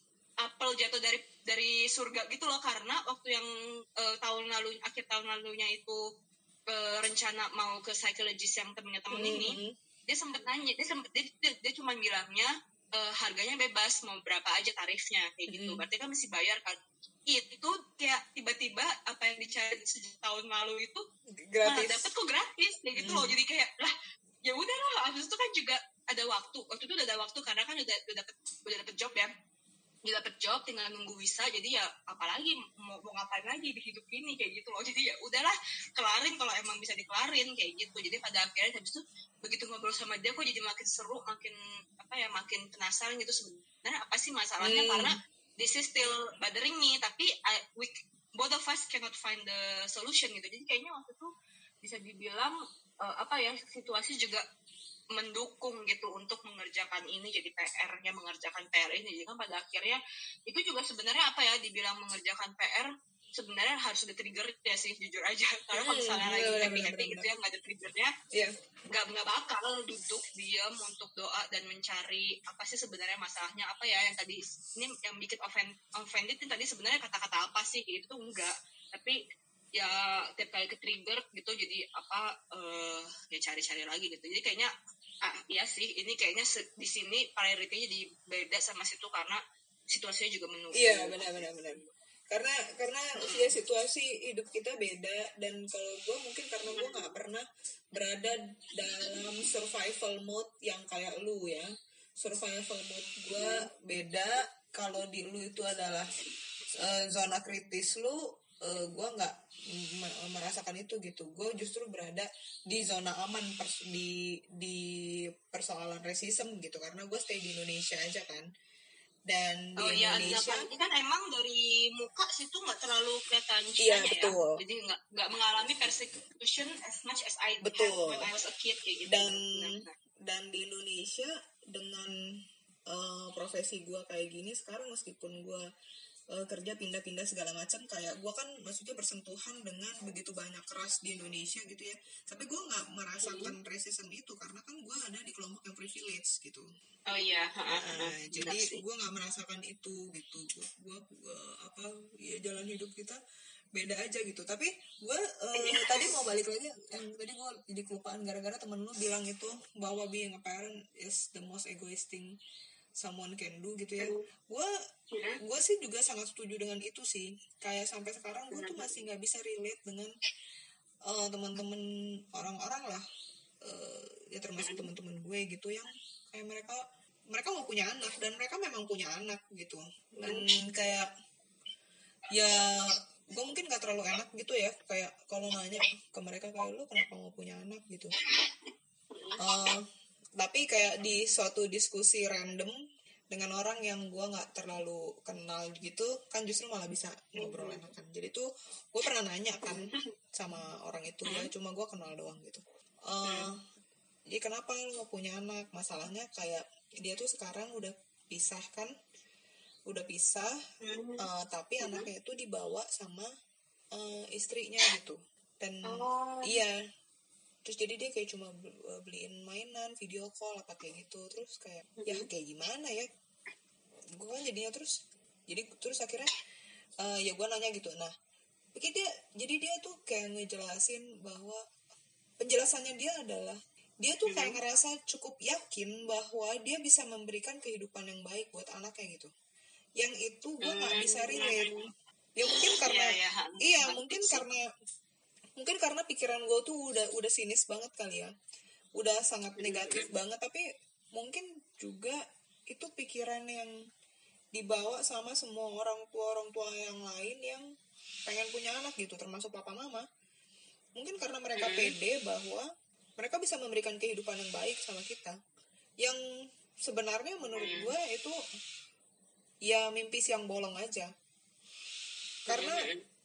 Speaker 1: apel jatuh dari dari surga gitu loh. Karena waktu yang uh, tahun lalu akhir tahun lalunya itu uh, rencana mau ke psikologis yang temennya temen mm-hmm. ini, dia sempet nanya, dia sempet dia, dia, dia cuma bilangnya uh, harganya bebas, mau berapa aja tarifnya kayak gitu. Mm-hmm. Berarti kan mesti bayar kan. Itu kayak tiba-tiba apa yang dicari sejak tahun lalu itu gratis, dapat kok gratis kayak gitu hmm. loh. Jadi kayak lah ya udah lah. Habis itu kan juga ada waktu waktu itu udah ada waktu karena kan udah udah dapet udah dapet job ya, udah dapet job tinggal nunggu visa. Jadi ya apalagi mau mau ngapain lagi di hidup ini kayak gitu loh. Jadi ya udahlah kelarin kalau emang bisa dikelarin kayak gitu. Jadi pada akhirnya habis itu begitu ngobrol sama dia kok jadi makin seru, makin apa ya makin penasaran gitu sebenarnya apa sih masalahnya. hmm. Karena this is still bothering me, tapi I, we, both of us cannot find the solution gitu. Jadi kayaknya waktu itu bisa dibilang uh, apa ya situasi juga mendukung gitu untuk mengerjakan ini jadi P R-nya, mengerjakan P R ini. Jadi kan pada akhirnya itu juga sebenarnya apa ya dibilang mengerjakan P R sebenarnya harus ada trigger ya sih jujur aja. Karena kalau misalnya hmm, lagi happy-happy gitu ya nggak ada triggernya, yeah. nggak nggak bakal duduk diam untuk doa dan mencari apa sih sebenarnya masalahnya apa ya yang tadi ini yang bikin offend, offended ini tadi sebenarnya kata-kata apa sih gitu tuh enggak. Tapi ya tiap kali ke trigger gitu jadi apa uh, ya cari-cari lagi gitu. Jadi kayaknya ah, iya sih ini kayaknya se- di sini priority-nya jadi beda sama situ karena situasinya juga menunggu.
Speaker 2: Iya benar-benar benar. karena karena ya situasi hidup kita beda, dan kalau gue mungkin karena gue nggak pernah berada dalam survival mode yang kayak lu ya. Survival mode gue beda. Kalau di lu itu adalah uh, zona kritis lu, uh, gue nggak m- merasakan itu gitu. Gue justru berada di zona aman pers- di di persoalan racism gitu, karena gue stay di Indonesia aja kan. Dan di
Speaker 1: oh,
Speaker 2: Indonesia
Speaker 1: ya, ini kan emang dari muka situ nggak terlalu kelihatan Cina ya, jadi nggak nggak mengalami persecution as much as I
Speaker 2: betul.
Speaker 1: had when I was a kid kayak gitu.
Speaker 2: Dan benar-benar. Dan di Indonesia dengan uh, profesi gue kayak gini sekarang, meskipun gue uh, kerja pindah-pindah segala macam, kayak gue kan maksudnya bersentuhan dengan begitu banyak ras di Indonesia gitu ya, tapi gue nggak merasakan hmm. racism itu karena kan gue ada di kelompok yang privilege gitu.
Speaker 1: Oh iya,
Speaker 2: nah, jadi gue nggak merasakan itu gitu. Gue gue apa ya jalan hidup kita beda aja gitu. Tapi gue uh, tadi mau balik lagi yang tadi gue jadi kelupaan gara-gara temen lu bilang itu bahwa being a parent is the most egoist thing someone can do gitu ya. Gue gue sih juga sangat setuju dengan itu sih. Kayak sampai sekarang gue tuh masih nggak bisa relate dengan uh, teman-teman orang-orang lah, uh, ya termasuk teman-teman gue gitu yang kayak mereka mereka mau punya anak dan mereka memang punya anak gitu. Dan kayak ya gue mungkin gak terlalu enak gitu ya kayak kalau nanya ke mereka kayak lu kenapa mau punya anak gitu. Uh, tapi kayak di suatu diskusi random dengan orang yang gue nggak terlalu kenal gitu kan justru malah bisa ngobrol enakan. Jadi tuh gue pernah nanya kan sama orang itu ya, cuma gue kenal doang gitu. Uh, jadi kenapa lu nggak punya anak? Masalahnya kayak dia tuh sekarang udah pisah kan, udah pisah, uh, tapi anaknya itu dibawa sama uh, istrinya gitu. Dan oh. iya. Terus jadi dia kayak cuma beliin mainan, video call, apa kayak gitu. Terus kayak, ya kayak gimana ya? Gue kan jadinya terus, jadi terus akhirnya, uh, ya gue nanya gitu. Nah, jadi dia, jadi dia tuh kayak ngejelasin bahwa, penjelasannya dia adalah, dia tuh kayak ngerasa cukup yakin bahwa dia bisa memberikan kehidupan yang baik buat anaknya gitu. Yang itu gue gak bisa relate. Ya mungkin karena, ya, ya. iya mungkin karena, mungkin karena pikiran gue tuh udah udah sinis banget kali ya, udah sangat negatif banget. Tapi mungkin juga itu pikiran yang dibawa sama semua orang tua orang tua yang lain yang pengen punya anak gitu, termasuk papa mama. Mungkin karena mereka pede bahwa mereka bisa memberikan kehidupan yang baik sama kita, yang sebenarnya menurut gue itu ya mimpi siang bolong aja. Karena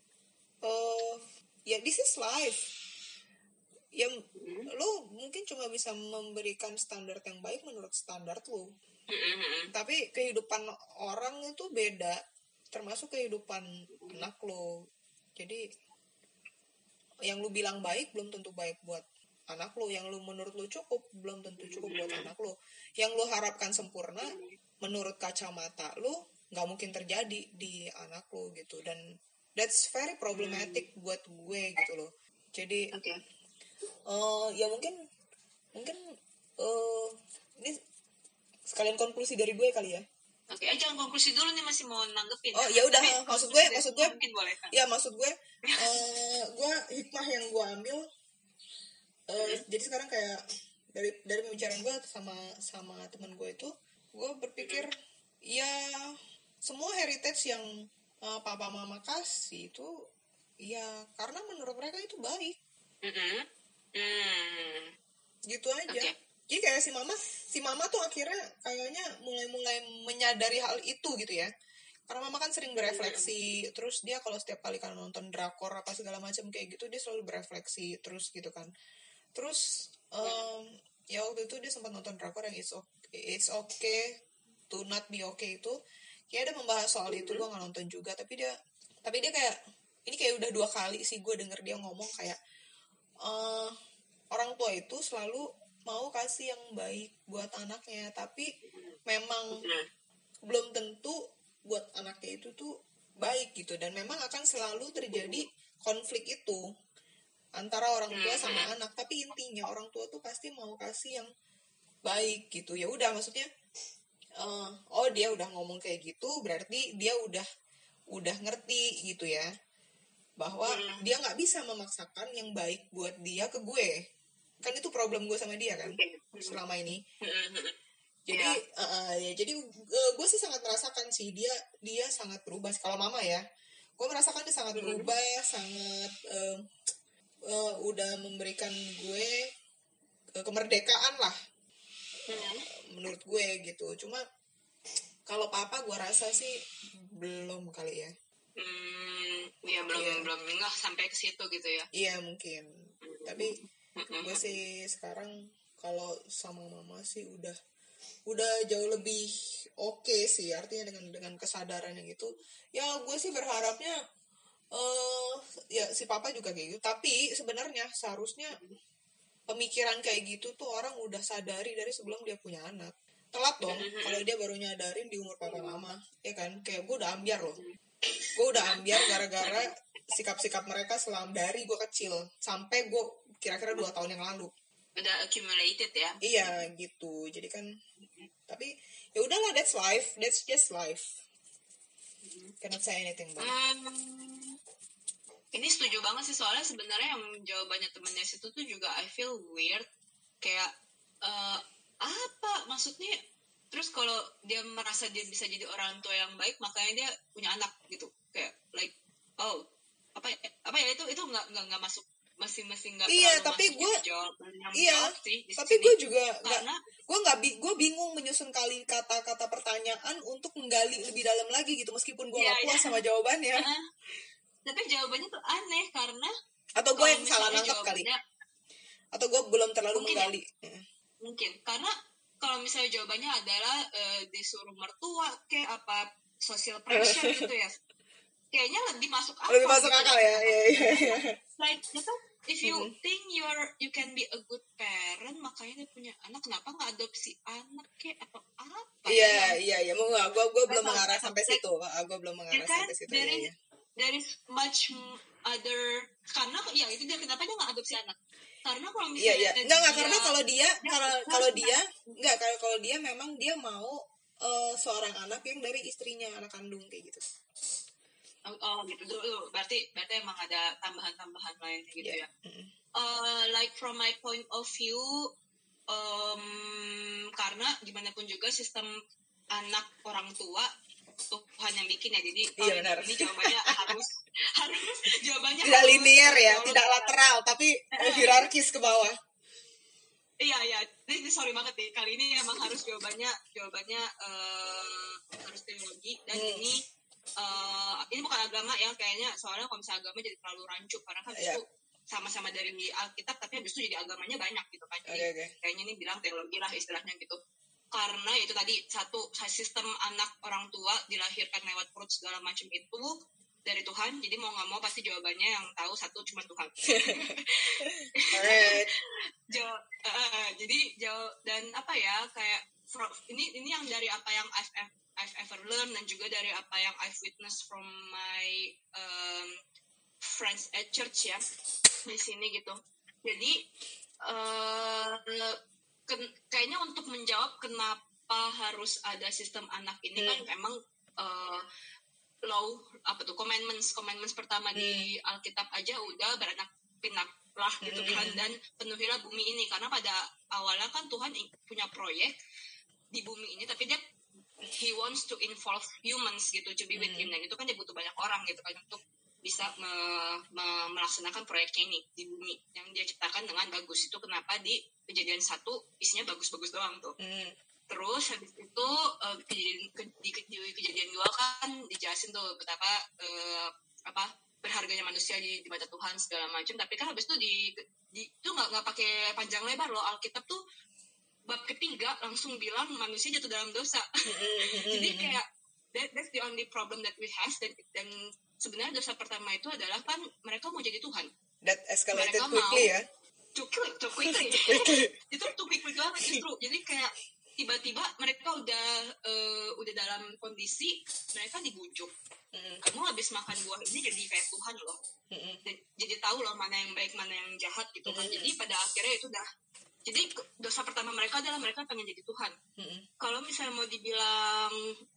Speaker 2: uh, ya this is life. Ya mm-hmm. Lu mungkin cuma bisa memberikan standar yang baik menurut standar lu. Mm-hmm. Tapi kehidupan orang itu beda, termasuk kehidupan anak lu. Jadi yang lu bilang baik belum tentu baik buat anak lu, yang lu menurut lu cukup belum tentu cukup buat anak lu. Yang lu harapkan sempurna menurut kacamata lu nggak mungkin terjadi di anak lu gitu. Dan that's very problematic hmm. buat gue gitu loh. Jadi, okay. uh, ya mungkin, mungkin uh, ini sekalian konklusi dari gue kali ya.
Speaker 1: Oke, okay. eh, jangan konklusi dulu nih, masih mau nanggepin.
Speaker 2: Oh ya udah, maksud gue, maksud gue,
Speaker 1: mungkin boleh kan?
Speaker 2: Ya maksud gue, uh, gue hikmah yang gue ambil. Uh, hmm. Jadi sekarang kayak dari dari pembicaraan gue sama sama teman gue itu, gue berpikir hmm. ya semua heritage yang Uh, papa mama kasih itu ya karena menurut mereka itu baik. Mm-hmm. Mm. Gitu aja. Okay. Jadi kayak si mama si mama tuh akhirnya kayaknya mulai-mulai menyadari hal itu gitu ya, karena mama kan sering berefleksi. Mm-hmm. Terus dia kalau setiap kali kan nonton drakor apa segala macam kayak gitu, dia selalu berefleksi terus gitu kan. Terus um, ya waktu itu dia sempat nonton drakor yang it's okay, it's okay to not be okay itu. Ya ada membahas soal itu, gue nggak nonton juga, tapi dia tapi dia kayak ini kayak udah dua kali sih gue denger dia ngomong kayak uh, orang tua itu selalu mau kasih yang baik buat anaknya, tapi memang belum tentu buat anaknya itu tuh baik gitu. Dan memang akan selalu terjadi konflik itu antara orang tua sama anak, tapi intinya orang tua tuh pasti mau kasih yang baik gitu. Ya udah, maksudnya Uh, oh dia udah ngomong kayak gitu berarti dia udah udah ngerti gitu ya, bahwa hmm. dia nggak bisa memaksakan yang baik buat dia ke gue. Kan itu problem gue sama dia kan selama ini. Jadi yeah. uh, ya jadi uh, gue sih sangat merasakan sih dia dia sangat berubah. Kalau mama ya, gue merasakan dia sangat berubah, hmm. sangat uh, uh, udah memberikan gue uh, kemerdekaan lah. Hmm. Menurut gue gitu. Cuma kalau papa gue rasa sih belum kali ya.
Speaker 1: Hmm, ya belum yeah. belum nggak sampai ke situ gitu ya.
Speaker 2: Iya mungkin. Hmm. Tapi hmm. gue sih sekarang kalau sama mama sih udah udah jauh lebih oke okay sih, artinya dengan dengan kesadaran yang itu. Ya gue sih berharapnya uh, ya si papa juga kayak gitu. Tapi sebenarnya seharusnya pemikiran kayak gitu tuh orang udah sadari dari sebelum dia punya anak. Telat dong kalau dia baru nyadarin di umur papa mama, ya kan? Kayak gue udah ambiar loh. Gue udah ambiar gara-gara sikap-sikap mereka selama dari gue kecil sampai gue kira-kira dua tahun yang lalu.
Speaker 1: udah accumulated ya.
Speaker 2: Iya gitu, jadi kan mm-hmm. tapi ya udahlah, that's life, that's just life. Mm-hmm. Cannot say anything about
Speaker 1: hmm, ini setuju banget sih, soalnya sebenarnya yang jawabannya temennya situ tuh juga I feel weird, kayak uh, apa maksudnya, terus kalau dia merasa dia bisa jadi orang tua yang baik makanya dia punya anak gitu, kayak like oh apa apa ya itu itu nggak nggak nggak masuk, masih masih nggak
Speaker 2: iya,
Speaker 1: terlalu
Speaker 2: tapi
Speaker 1: masuk
Speaker 2: gue
Speaker 1: jawab yang
Speaker 2: iya
Speaker 1: jawab sih di
Speaker 2: tapi
Speaker 1: sini.
Speaker 2: gue juga
Speaker 1: karena
Speaker 2: gue nggak gue bingung menyusun kali kata-kata pertanyaan untuk menggali lebih dalam lagi gitu, meskipun gue nggak
Speaker 1: iya,
Speaker 2: puas
Speaker 1: iya.
Speaker 2: sama jawabannya.
Speaker 1: Tapi jawabannya tuh aneh karena
Speaker 2: atau gue yang salah nangkep kali, atau gue belum terlalu
Speaker 1: mungkin
Speaker 2: menggali
Speaker 1: ya, mungkin karena kalau misalnya jawabannya adalah uh, disuruh mertua kayak apa social pressure gitu ya, kayaknya lebih masuk akal.
Speaker 2: Lebih masuk
Speaker 1: gitu
Speaker 2: akal ya, iya iya iya.
Speaker 1: Like you know, if you mm-hmm. think you're you can be a good parent, makanya dia punya anak, kenapa nggak adopsi anak kayak atau apa?
Speaker 2: Iya iya iya, mau nggak? Gue gue belum mengarah sampai like, situ, gue belum mengarah
Speaker 1: kan,
Speaker 2: sampai situ.
Speaker 1: There
Speaker 2: ya,
Speaker 1: is, there is much other, karena ya itu dia kenapa dia nggak adopsi anak? Karena kalau misalnya
Speaker 2: iya, iya. Enggak, enggak,
Speaker 1: dia,
Speaker 2: karena kalau dia, dia kalau kalau dia enggak, kalau kalau dia memang dia mau uh, seorang anak yang dari istrinya, anak kandung kayak gitu.
Speaker 1: Oh, oh gitu dulu, berarti berarti emang ada tambahan-tambahan lain gitu yeah. ya.
Speaker 2: Mm-hmm.
Speaker 1: Uh, like from my point of view, um, karena gimana pun juga sistem anak orang tua Tuhan yang bikin ya, jadi
Speaker 2: iya,
Speaker 1: oh, ini, ini jawabannya harus harus jawabannya
Speaker 2: tidak
Speaker 1: harus,
Speaker 2: linear ya, tidak lateral tapi hierarkis ke bawah.
Speaker 1: Iya iya, ini sorry banget nih, kali ini emang harus jawabannya jawabannya uh, harus teologi dan hmm. ini uh, ini bukan agama ya kayaknya, soalnya kalau misalnya agama jadi terlalu rancu karena kan yeah. itu sama-sama dari Alkitab tapi habis itu jadi agamanya banyak gitu kan, jadi okay, okay. kayaknya ini bilang teologi lah istilahnya gitu. Karena itu tadi satu sistem anak orang tua dilahirkan lewat perut segala macam itu dari Tuhan, jadi mau nggak mau pasti jawabannya yang tahu satu cuma Tuhan.
Speaker 2: Alright.
Speaker 1: Jo, uh, jadi jo, dan apa ya kayak ini ini yang dari apa yang I've, I've ever learned dan juga dari apa yang I've witnessed from my um, friends at church ya di sini gitu. Jadi uh, Ken, kayaknya untuk menjawab kenapa harus ada sistem anak ini hmm. kan memang uh, law apa tuh commandments commandments pertama hmm. di Alkitab aja udah beranak pinak lah gitu kan, hmm. dan penuhilah bumi ini, karena pada awalnya kan Tuhan punya proyek di bumi ini tapi dia he wants to involve humans gitu to be with hmm. him, dan itu kan dia butuh banyak orang gitu kan untuk bisa me, me, melaksanakan proyeknya ini di bumi yang dia ciptakan dengan bagus. Itu kenapa di Kejadian satu isinya bagus-bagus doang tuh. Mm. Terus habis itu uh, kejadian, ke, di, di Kejadian dua kan dijelasin tuh betapa uh, apa berharganya manusia di, di mata Tuhan segala macam. Tapi kan habis itu di, di itu nggak nggak pakai panjang lebar loh, Alkitab tuh bab ketiga langsung bilang manusia jatuh dalam dosa. Jadi kayak that, that's the only problem that we have, dan, dan sebenarnya dosa pertama itu adalah kan mereka mau jadi Tuhan.
Speaker 2: That escalated
Speaker 1: mereka
Speaker 2: quickly ya.
Speaker 1: Too quick, too quickly. Itu too quickly banget justru. Jadi kayak tiba-tiba mereka udah uh, udah dalam kondisi mereka dibujuk. Mm-hmm. Kamu habis makan buah ini jadi kayak Tuhan loh. Mm-hmm. Jadi tahu loh mana yang baik, mana yang jahat gitu kan. Mm-hmm. Jadi pada akhirnya itu udah. Jadi dosa pertama mereka adalah mereka pengen jadi Tuhan. Mm-hmm. Kalau misalnya mau dibilang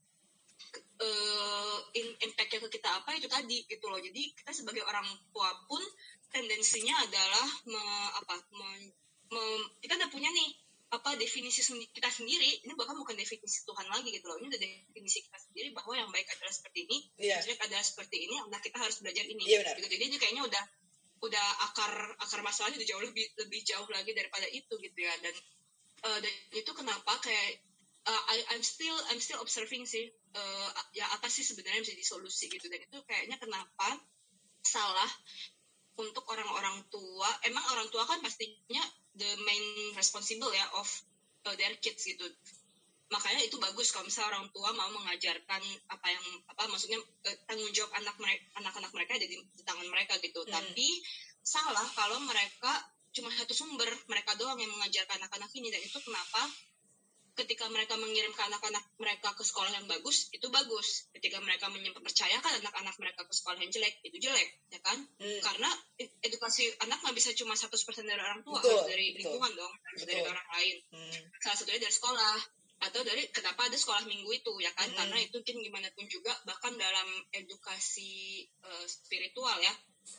Speaker 1: Uh, impact-nya ke kita apa, itu tadi gitu loh. Jadi kita sebagai orang tua pun tendensinya adalah me, apa me, me, kita udah punya nih apa definisi sendi- kita sendiri. Ini bahkan bukan definisi Tuhan lagi gitu loh, ini udah definisi kita sendiri bahwa yang baik adalah seperti ini, yeah. yang jelek adalah seperti ini, anak kita harus belajar ini, yeah, gitu. Jadi kayaknya udah udah akar akar masalahnya udah jauh lebih lebih jauh lagi daripada itu gitu ya. Dan uh, dan itu kenapa kayak uh, I, I'm still I'm still observing sih. Uh, ya apa sih sebenarnya bisa disolusi gitu, dan itu kayaknya kenapa salah untuk orang-orang tua. Emang orang tua kan pastinya the main responsible ya of uh, their kids gitu, makanya itu bagus kalau misalnya orang tua mau mengajarkan apa yang apa maksudnya uh, tanggung jawab anak mereka anak-anak mereka ada di, di tangan mereka gitu. Hmm. Tapi salah kalau mereka cuma satu sumber, mereka doang yang mengajarkan anak-anak ini, dan itu kenapa ketika mereka mengirimkan anak-anak mereka ke sekolah yang bagus, itu bagus. Ketika mereka mempercayakan anak-anak mereka ke sekolah yang jelek, itu jelek, ya kan? Hmm. Karena edukasi anak nggak bisa cuma seratus persen dari orang tua, betul, harus dari betul. lingkungan dong, harus dari orang lain. Hmm. Salah satunya dari sekolah, atau dari kenapa ada sekolah minggu itu, ya kan? Hmm. Karena itu kan gimana pun juga, bahkan dalam edukasi uh, spiritual ya,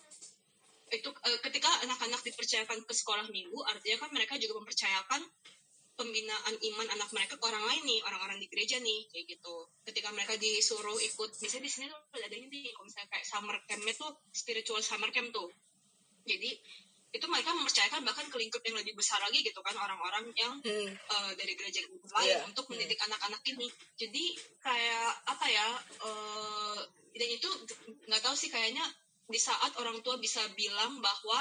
Speaker 1: itu uh, ketika anak-anak dipercayakan ke sekolah minggu, artinya kan mereka juga mempercayakan pembinaan iman anak mereka ke orang lain nih, orang-orang di gereja nih, kayak gitu. Ketika mereka disuruh ikut, misalnya di sini tuh ada ini, kalau misalnya kayak summer camp-nya tuh spiritual summer camp tuh. Jadi itu mereka mempercayakan bahkan ke lingkup yang lebih besar lagi gitu kan, orang-orang yang hmm. uh, dari gereja lain yeah. untuk mendidik hmm. anak-anak ini. Jadi kayak apa ya? Uh, dan itu nggak tahu sih, kayaknya di saat orang tua bisa bilang bahwa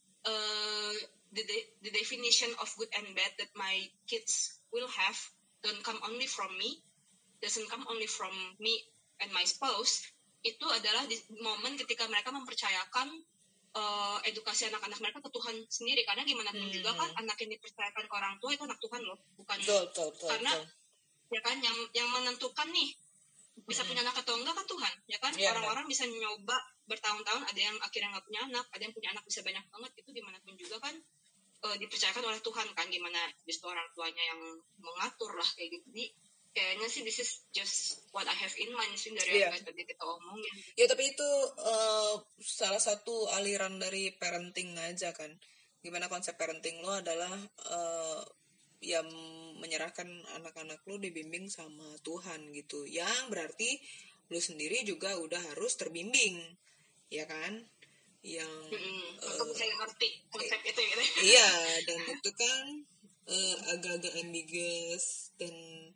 Speaker 1: uh, The, de- the definition of good and bad that my kids will have don't come only from me, doesn't come only from me and my spouse. Itu adalah di momen ketika mereka mempercayakan uh, edukasi anak-anak mereka ke Tuhan sendiri. Karena gimana pun hmm. juga kan anak yang dipercayakan ke orang tua itu anak Tuhan loh, bukan
Speaker 3: betul, betul, betul,
Speaker 1: karena
Speaker 3: betul.
Speaker 1: ya kan yang yang menentukan nih bisa hmm. punya anak atau enggak kan Tuhan, ya kan? Yeah, orang-orang yeah. bisa nyoba bertahun-tahun, ada yang akhirnya nggak punya anak, ada yang punya anak bisa banyak banget. Itu gimana pun juga kan Uh, dipercayakan oleh Tuhan kan, gimana justru orang tuanya yang mengatur lah kayak gitu. Jadi kayaknya sih this is just what I have in mind sih dari yeah. yang tadi kita omongin.
Speaker 3: Ya tapi itu uh, salah satu aliran dari parenting aja kan. Gimana konsep parenting lo adalah uh, yang menyerahkan anak-anak lo dibimbing sama Tuhan gitu. Yang berarti lo sendiri juga udah harus terbimbing, ya kan? Yang
Speaker 1: hmm, untuk uh, bisa ngerti konsep eh, itu gitu.
Speaker 3: Iya, dan itu kan uh, agak-agak ambiguous dan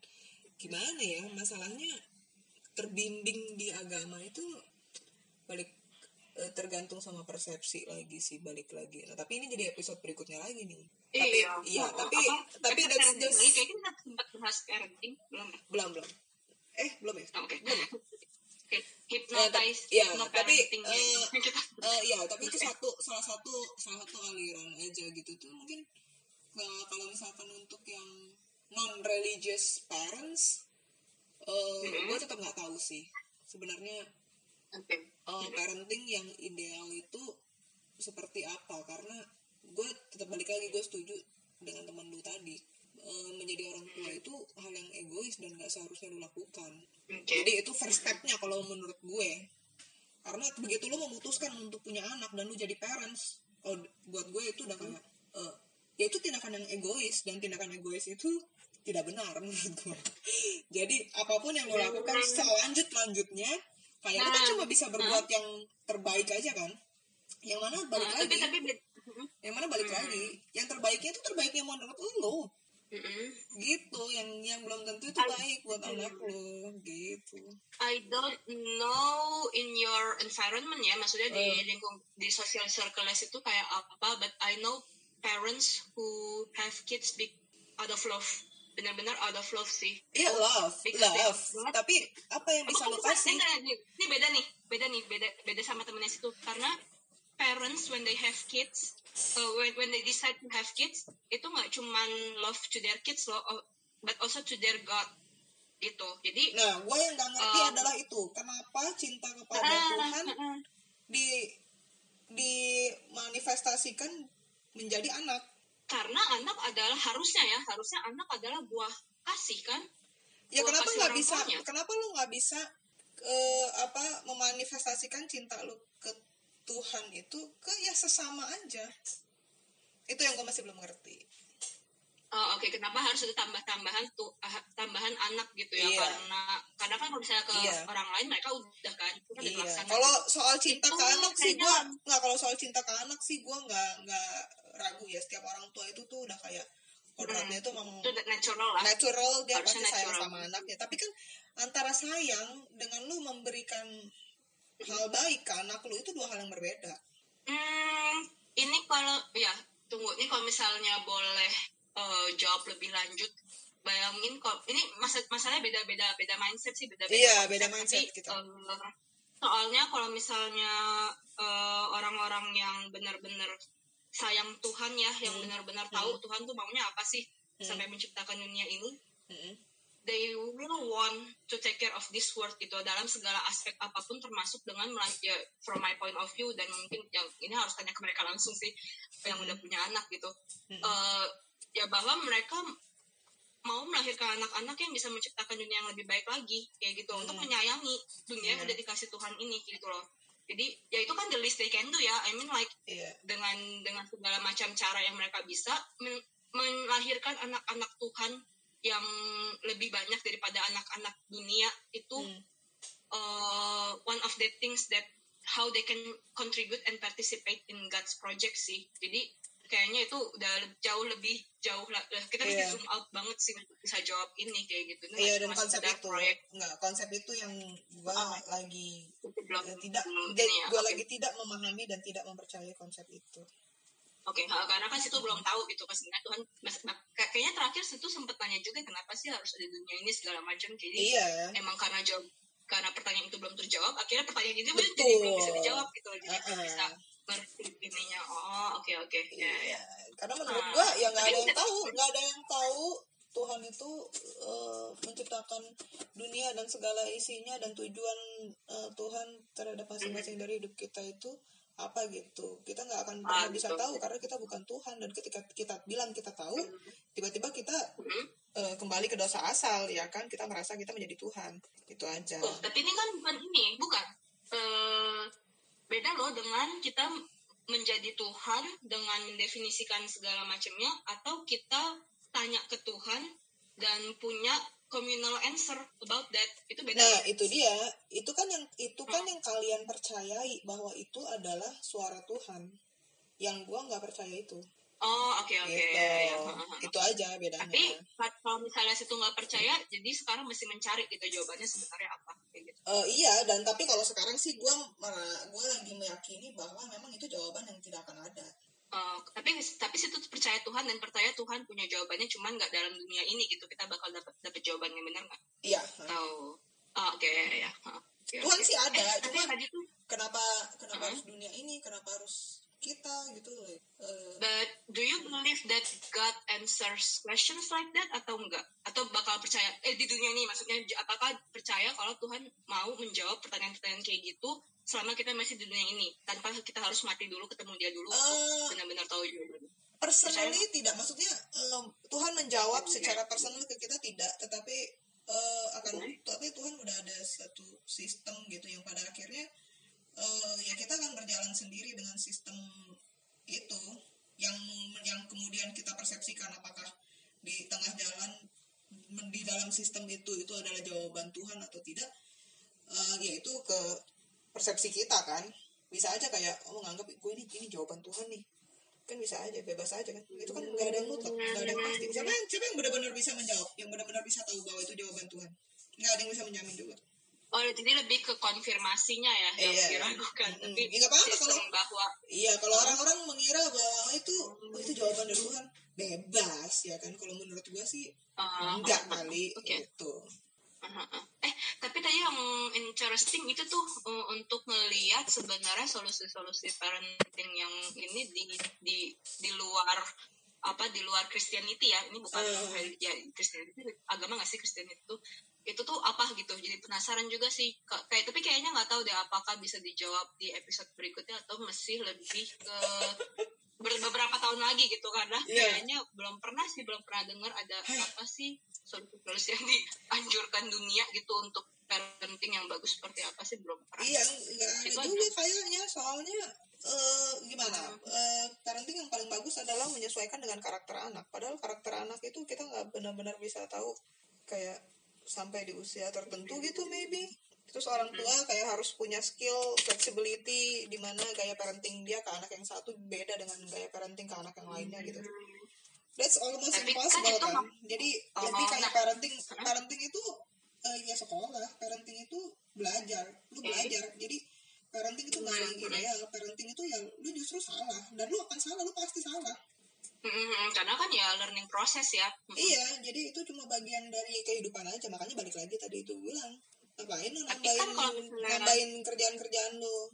Speaker 3: gimana ya, masalahnya terbimbing di agama itu balik uh, tergantung sama persepsi lagi sih, balik lagi. Nah, tapi ini jadi episode berikutnya lagi nih. Tapi
Speaker 1: iya,
Speaker 3: iya,
Speaker 1: oh,
Speaker 3: tapi
Speaker 1: apa,
Speaker 3: tapi that's just
Speaker 1: kayaknya kita sempat bahas parenting belum?
Speaker 3: Belum, belum. Eh, belum ya?
Speaker 1: Oh, oke. Okay.
Speaker 3: Belum.
Speaker 1: Okay. Hypnotize,
Speaker 3: ya, ya tapi uh,
Speaker 1: gitu.
Speaker 3: uh, ya tapi itu satu salah satu salah satu aliran aja gitu tuh mungkin. uh, kalau misalkan untuk yang non religious parents, uh, mm-hmm. gue tetap nggak tahu sih sebenarnya okay. uh, parenting yang ideal itu seperti apa, karena gue tetap balik lagi, gue setuju dengan teman lu tadi. Uh, menjadi orang tua itu hal yang egois dan gak seharusnya lu lakukan. Okay. Jadi itu first step-nya kalau menurut gue. Karena begitu lu memutuskan untuk punya anak dan lu jadi parents, oh, buat gue itu udah kayak uh, ya itu tindakan yang egois, dan tindakan egois itu tidak benar menurut gue. Jadi apapun yang lu lakukan selanjut-lanjutnya, kayak nah, lu kan cuma bisa berbuat nah. yang terbaik aja kan. Yang mana balik nah, lagi tapi, tapi, yang mana balik hmm. lagi yang terbaiknya itu terbaiknya menurut lu. Mm-hmm. Gitu, yang yang belum tentu itu I, baik buat mm-hmm. anak lo gitu.
Speaker 1: I don't know in your environment ya, maksudnya uh. di lingkung di social circle itu kayak apa, but I know parents who have kids big out of love, benar-benar out of love sih.
Speaker 3: Iya, yeah, love, love. They, tapi apa yang bisa lo kasih?
Speaker 1: Ini, ini beda nih, beda nih, beda beda sama temennya situ, karena parents when they have kids, uh, when when they decide to have kids, itu nggak cuman love to their kids loh, but also to their God gitu. Jadi,
Speaker 3: nah, gue yang nggak ngerti uh, adalah itu, kenapa cinta kepada uh, Tuhan uh, uh, di dimanifestasikan menjadi anak?
Speaker 1: Karena anak adalah harusnya ya, harusnya anak adalah buah kasih kan?
Speaker 3: Ya buah kenapa nggak bisa? Tuanya. Kenapa lu nggak bisa uh, apa memanifestasikan cinta lu ke Tuhan itu ke ya sesama aja? Itu yang gue masih belum ngerti.
Speaker 1: Oh, oke, okay. Kenapa harus ada tambah-tambahan tuh uh, tambahan anak gitu ya? Yeah. Karena karena kan kalau misalnya ke yeah. orang lain mereka udah kan, udah
Speaker 3: yeah. dilaksanakan. Kalau soal cinta itu ke anak sih gue nggak, kalau soal cinta ke anak sih gue nggak nggak ragu ya. Setiap orang tua itu tuh udah kayak kodratnya hmm. itu memang
Speaker 1: itu natural lah.
Speaker 3: Natural, dia harusnya pasti sayang sama anaknya. Tapi kan antara sayang dengan lu memberikan hal baik ke anak lu itu dua hal yang berbeda.
Speaker 1: Hmm, ini kalau ya tunggu, ini kalau misalnya boleh uh, jawab lebih lanjut, bayangin kok ini mas- masalahnya beda-beda beda mindset sih, beda-beda
Speaker 3: iya mindset, beda mindset
Speaker 1: tapi,
Speaker 3: gitu.
Speaker 1: Uh, soalnya kalau misalnya uh, orang-orang yang benar-benar sayang Tuhan ya, yang hmm. benar-benar tahu hmm. Tuhan tuh maunya apa sih hmm. sampai menciptakan dunia ini,
Speaker 3: Mm-hmm.
Speaker 1: They will want to take care of this world gitu dalam segala aspek apapun, termasuk dengan ya, from my point of view, dan mungkin yang ini harus tanya ke mereka langsung sih yang udah punya anak gitu. Mm-hmm. uh, ya bahwa mereka mau melahirkan anak-anak yang bisa menciptakan dunia yang lebih baik lagi kayak gitu, mm-hmm. untuk menyayangi dunia yang udah dikasih Tuhan ini gitu loh. Jadi ya itu kan the least they can do ya. I mean like yeah. dengan dengan segala macam cara yang mereka bisa men- melahirkan anak-anak Tuhan yang lebih banyak daripada anak-anak dunia itu, hmm. uh, one of the things that how they can contribute and participate in God's project sih. Jadi kayaknya itu udah jauh lebih jauh lah. Kita yeah. mesti zoom out banget sih untuk bisa jawab ini kayak gitu.
Speaker 3: Iya, yeah, dan konsep itu proyek. Nggak, konsep itu yang gue uh, lagi belum, uh, tidak, ya, gue okay. lagi tidak memahami dan tidak mempercayai konsep itu.
Speaker 1: Oke, okay, karena kan situ belum tahu gitu kan sebenarnya Tuhan, kayaknya terakhir situ sempat tanya juga kenapa sih harus ada dunia ini segala macam. Jadi iya. emang karena jawab karena pertanyaan itu belum terjawab, akhirnya pertanyaan itu jadi belum bisa dijawab gitu, jadi uh-uh. belum bisa ngerti ininya. Oh oke okay, oke. Okay.
Speaker 3: Iya. Ya, ya. Karena menurut nah, gua ya nggak ada yang tahu, nggak ada yang tahu Tuhan itu uh, menciptakan dunia dan segala isinya, dan tujuan uh, Tuhan terhadap masing-masing mm-hmm. dari hidup kita itu apa gitu. Kita nggak akan pernah ah, bisa tahu karena kita bukan Tuhan, dan ketika kita bilang kita tahu, tiba-tiba kita mm-hmm. uh, kembali ke dosa asal ya kan, kita merasa kita menjadi Tuhan, itu aja.
Speaker 1: Oh, tapi ini kan bukan ini bukan uh, beda loh dengan kita menjadi Tuhan dengan mendefinisikan segala macamnya, atau kita tanya ke Tuhan dan punya communal answer about that, itu beda.
Speaker 3: Nah, itu dia. Itu kan yang itu kan hmm. yang kalian percayai bahwa itu adalah suara Tuhan. Yang gua nggak percaya itu.
Speaker 1: Oh, oke okay, oke. Okay.
Speaker 3: Gitu.
Speaker 1: Ya,
Speaker 3: itu aja bedanya.
Speaker 1: Tapi kalau misalnya situ nggak percaya, jadi sekarang mesti mencari gitu jawabannya sebenarnya apa kayak gitu.
Speaker 3: Uh, iya, dan tapi kalau sekarang sih gua gua lagi meyakini bahwa memang itu jawaban yang tidak akan ada.
Speaker 1: Uh, tapi tapi situ percaya Tuhan dan percaya Tuhan punya jawabannya, cuman nggak dalam dunia ini gitu, kita bakal dapat dapat jawabannya, benar nggak?
Speaker 3: Iya.
Speaker 1: Tahu? Oh, oke okay, ya.
Speaker 3: Okay, Tuhan okay. sih ada,
Speaker 1: eh,
Speaker 3: cuma
Speaker 1: tadi tuh,
Speaker 3: kenapa kenapa uh-huh. harus dunia ini, kenapa harus kita gitu? Like, uh,
Speaker 1: But do you believe that God answers questions like that atau enggak? Atau bakal percaya eh di dunia ini maksudnya, apakah percaya kalau Tuhan mau menjawab pertanyaan-pertanyaan kayak gitu selama kita masih di dunia ini, tanpa kita harus mati dulu ketemu dia dulu uh, untuk benar-benar tahu jawabannya?
Speaker 3: Personally percaya? Tidak, maksudnya um, Tuhan menjawab okay. secara personal ke kita tidak, tetapi uh, akan okay. tapi Tuhan udah ada satu sistem gitu yang pada akhirnya uh, ya kita akan berjalan sendiri dengan sistem itu yang yang kemudian kita persepsikan apakah di tengah jalan di dalam sistem itu itu adalah jawaban Tuhan atau tidak, uh, yaitu ke persepsi kita kan. Bisa aja kayak oh nganggap gue ini ini jawaban Tuhan nih, kan bisa aja, bebas aja kan, itu kan nggak ada yang mutlak, nggak ada yang pasti. Siapa yang siapa yang benar-benar bisa menjawab, yang benar-benar bisa tahu bahwa itu jawaban Tuhan? Nggak ada yang bisa menjamin juga.
Speaker 1: Oh, jadi lebih ke konfirmasinya ya yang
Speaker 3: iya.
Speaker 1: diragukan.
Speaker 3: Mm-hmm.
Speaker 1: Tapi
Speaker 3: ya, nggak apa-apa kalau
Speaker 1: bahwa
Speaker 3: iya kalau uh, orang-orang mengira bahwa itu oh, itu jawaban dari Tuhan, bebas ya kan. Kalau menurut gue sih uh, enggak uh, kali okay. gitu.
Speaker 1: Uh-huh. Eh, tapi tadi yang interesting itu tuh uh, untuk melihat sebenarnya solusi-solusi parenting yang ini di di di luar apa di luar Christianity ya. Ini bukan uh. ya Christianity, agama nggak sih Christianity itu itu tuh apa gitu. Jadi penasaran juga sih kayak, tapi kayaknya nggak tahu deh apakah bisa dijawab di episode berikutnya atau masih lebih ke beberapa tahun lagi gitu, karena yeah. kayaknya belum pernah sih belum pernah dengar ada apa sih solusi-solusi yang dianjurkan dunia gitu untuk parenting yang bagus seperti apa sih, belum pernah.
Speaker 3: Iya, nggak ada juga kayaknya, soalnya uh, gimana hmm. uh, parenting yang paling bagus adalah menyesuaikan dengan karakter anak. Padahal karakter anak itu kita nggak benar-benar bisa tahu kayak sampai di usia tertentu gitu maybe. Terus orang tua kayak harus punya skill flexibility di mana gaya parenting dia ke anak yang satu beda dengan gaya parenting ke anak yang lainnya gitu. That's almost
Speaker 1: Tapi
Speaker 3: impossible
Speaker 1: kan,
Speaker 3: kan. Jadi
Speaker 1: oh,
Speaker 3: jadi kayak
Speaker 1: nah.
Speaker 3: parenting parenting itu uh, ya sekolah, parenting itu belajar, lu belajar. Jadi parenting itu nggak ada yang ideal, parenting itu yang lu justru salah dan lu akan salah, lu pasti salah.
Speaker 1: Mm-hmm, karena kan ya learning process ya. Mm-hmm.
Speaker 3: Iya, jadi itu cuma bagian dari kehidupan aja. Makanya balik lagi tadi itu bilang, ngapain lu nambahin
Speaker 1: kan misalnya,
Speaker 3: nambahin kerjaan-kerjaan lu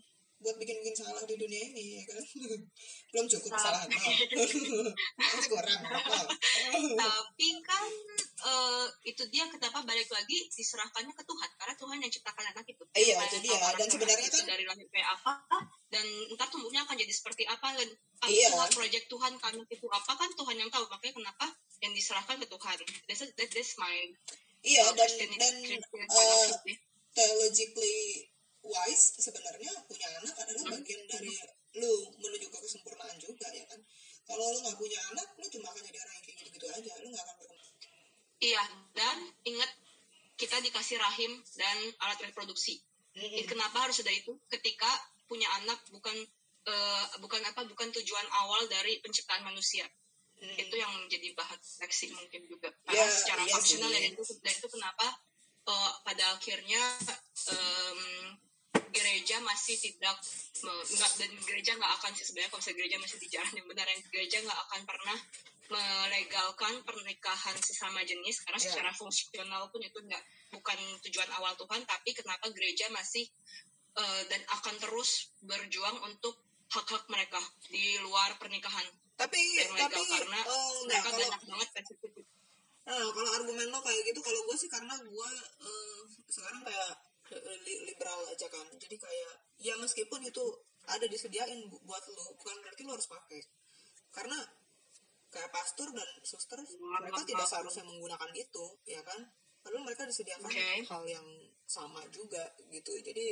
Speaker 3: buat bikin-bikin salah di dunia ini, ya kan? Belum cukup kesalahan, maaf. Masih kurang, maaf.
Speaker 1: Tapi kan uh, itu dia kenapa balik lagi diserahkannya ke Tuhan, karena Tuhan yang ciptakan anak itu.
Speaker 3: Iya, itu dia. Dan sebenarnya kan
Speaker 1: dari lahir kayak apa, dan entar tumbuhnya akan jadi seperti apa, dan
Speaker 3: iya.
Speaker 1: project Tuhan kan itu apa kan Tuhan yang tahu, makanya kenapa yang diserahkan ke Tuhan. That's, that, that's my
Speaker 3: iya
Speaker 1: uh,
Speaker 3: dan
Speaker 1: Christian,
Speaker 3: dan
Speaker 1: Christian
Speaker 3: uh, theologically wise sebenarnya punya anak adalah bagian dari lu menuju ke kesempurnaan juga, ya kan? Kalau lu nggak punya anak, lu cuma akan jadi orang yang kayak gitu-gitu aja, lu nggak akan berkembang.
Speaker 1: Iya, dan ingat kita dikasih rahim dan alat reproduksi. Mm-hmm. Kenapa harus ada itu? Ketika punya anak bukan uh, bukan apa bukan tujuan awal dari penciptaan manusia. Mm-hmm. Itu yang menjadi bahan refleksi mungkin juga. Karena yeah, secara yeah, fungsional yeah. dan itu dan itu kenapa uh, pada akhirnya um, gereja masih tidak enggak, dan gereja nggak akan sih sebenarnya kalau misalnya gereja masih di jalan yang benar, yang gereja nggak akan pernah melegalkan pernikahan sesama jenis karena yeah. secara fungsional pun itu nggak bukan tujuan awal Tuhan, tapi kenapa gereja masih uh, dan akan terus berjuang untuk hak-hak mereka di luar pernikahan.
Speaker 3: Tapi
Speaker 1: legal,
Speaker 3: tapi
Speaker 1: karena
Speaker 3: oh,
Speaker 1: mereka
Speaker 3: kalau,
Speaker 1: banyak banget sensitif.
Speaker 3: Nah, kalau argumen lo kayak gitu, kalau gue sih karena gue uh, sekarang kayak liberal aja kan, jadi kayak ya meskipun itu ada disediain buat lo, bukan berarti lo harus pakai, karena kayak pastor dan suster mereka tidak seharusnya menggunakan itu, ya kan? Lalu mereka disediakan okay. hal yang sama juga gitu, jadi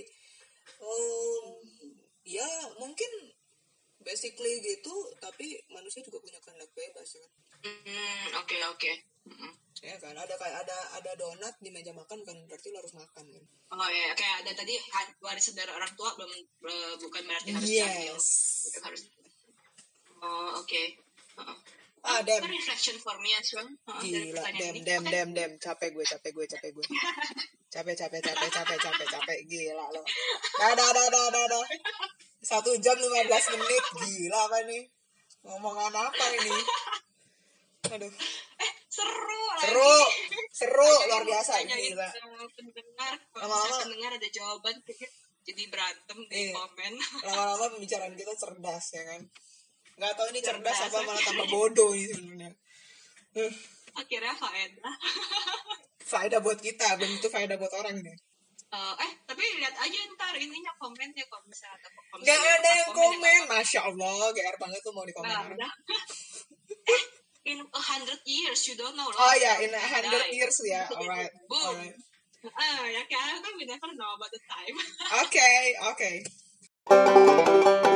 Speaker 3: um, ya mungkin basically gitu, tapi manusia juga punya kehendak bebas, ya kan?
Speaker 1: Mm, oke oke.
Speaker 3: Ya kan, ada kayak ada ada donat di meja makan kan berarti lo harus makan kan.
Speaker 1: Oh ya, kayak ada tadi warisan dari orang tua belum uh, bukan berarti harus
Speaker 3: yes.
Speaker 1: diambil. Gitu, harus. Oh oke. Okay. Uh-uh.
Speaker 3: Ah, dem.
Speaker 1: Reflection for me as well. Uh-uh,
Speaker 3: gila, dem, dem, dem, dem, capek gue, capek gue, capek gue. capek, capek, capek, capek, capek, capek, gila lo. Dadah, dadah, dadah. Satu jam lima belas menit, gila apa nih? Ngomongan apa ini? Aduh.
Speaker 1: Eh, seru
Speaker 3: Seru,
Speaker 1: lagi.
Speaker 3: seru, luar biasa, gila.
Speaker 1: Pendengar, kalau
Speaker 3: lama-lama
Speaker 1: pendengar ada jawaban, jadi berantem di
Speaker 3: eh,
Speaker 1: komen.
Speaker 3: Lama-lama pembicaraan kita cerdas, ya kan? Nggak tahu ini cerdas, cerdas apa malah tambah bodoh nih sebenarnya. Uh.
Speaker 1: Akhirnya faedah.
Speaker 3: Faedah buat kita, belum itu faedah buat orang nih.
Speaker 1: Uh, eh tapi lihat aja ntar ininya komennya kalau misalnya ada komen.
Speaker 3: Nggak ada yang komen, komen. Masya Allah, G R banget tuh mau di komen.
Speaker 1: Nah, eh in a hundred years you don't know loh.
Speaker 3: Oh ya, yeah, in a hundred years ya, yeah. Alright,
Speaker 1: alright. Ah, ya kan, we never know about the time.
Speaker 3: Oke, okay, oke. Okay.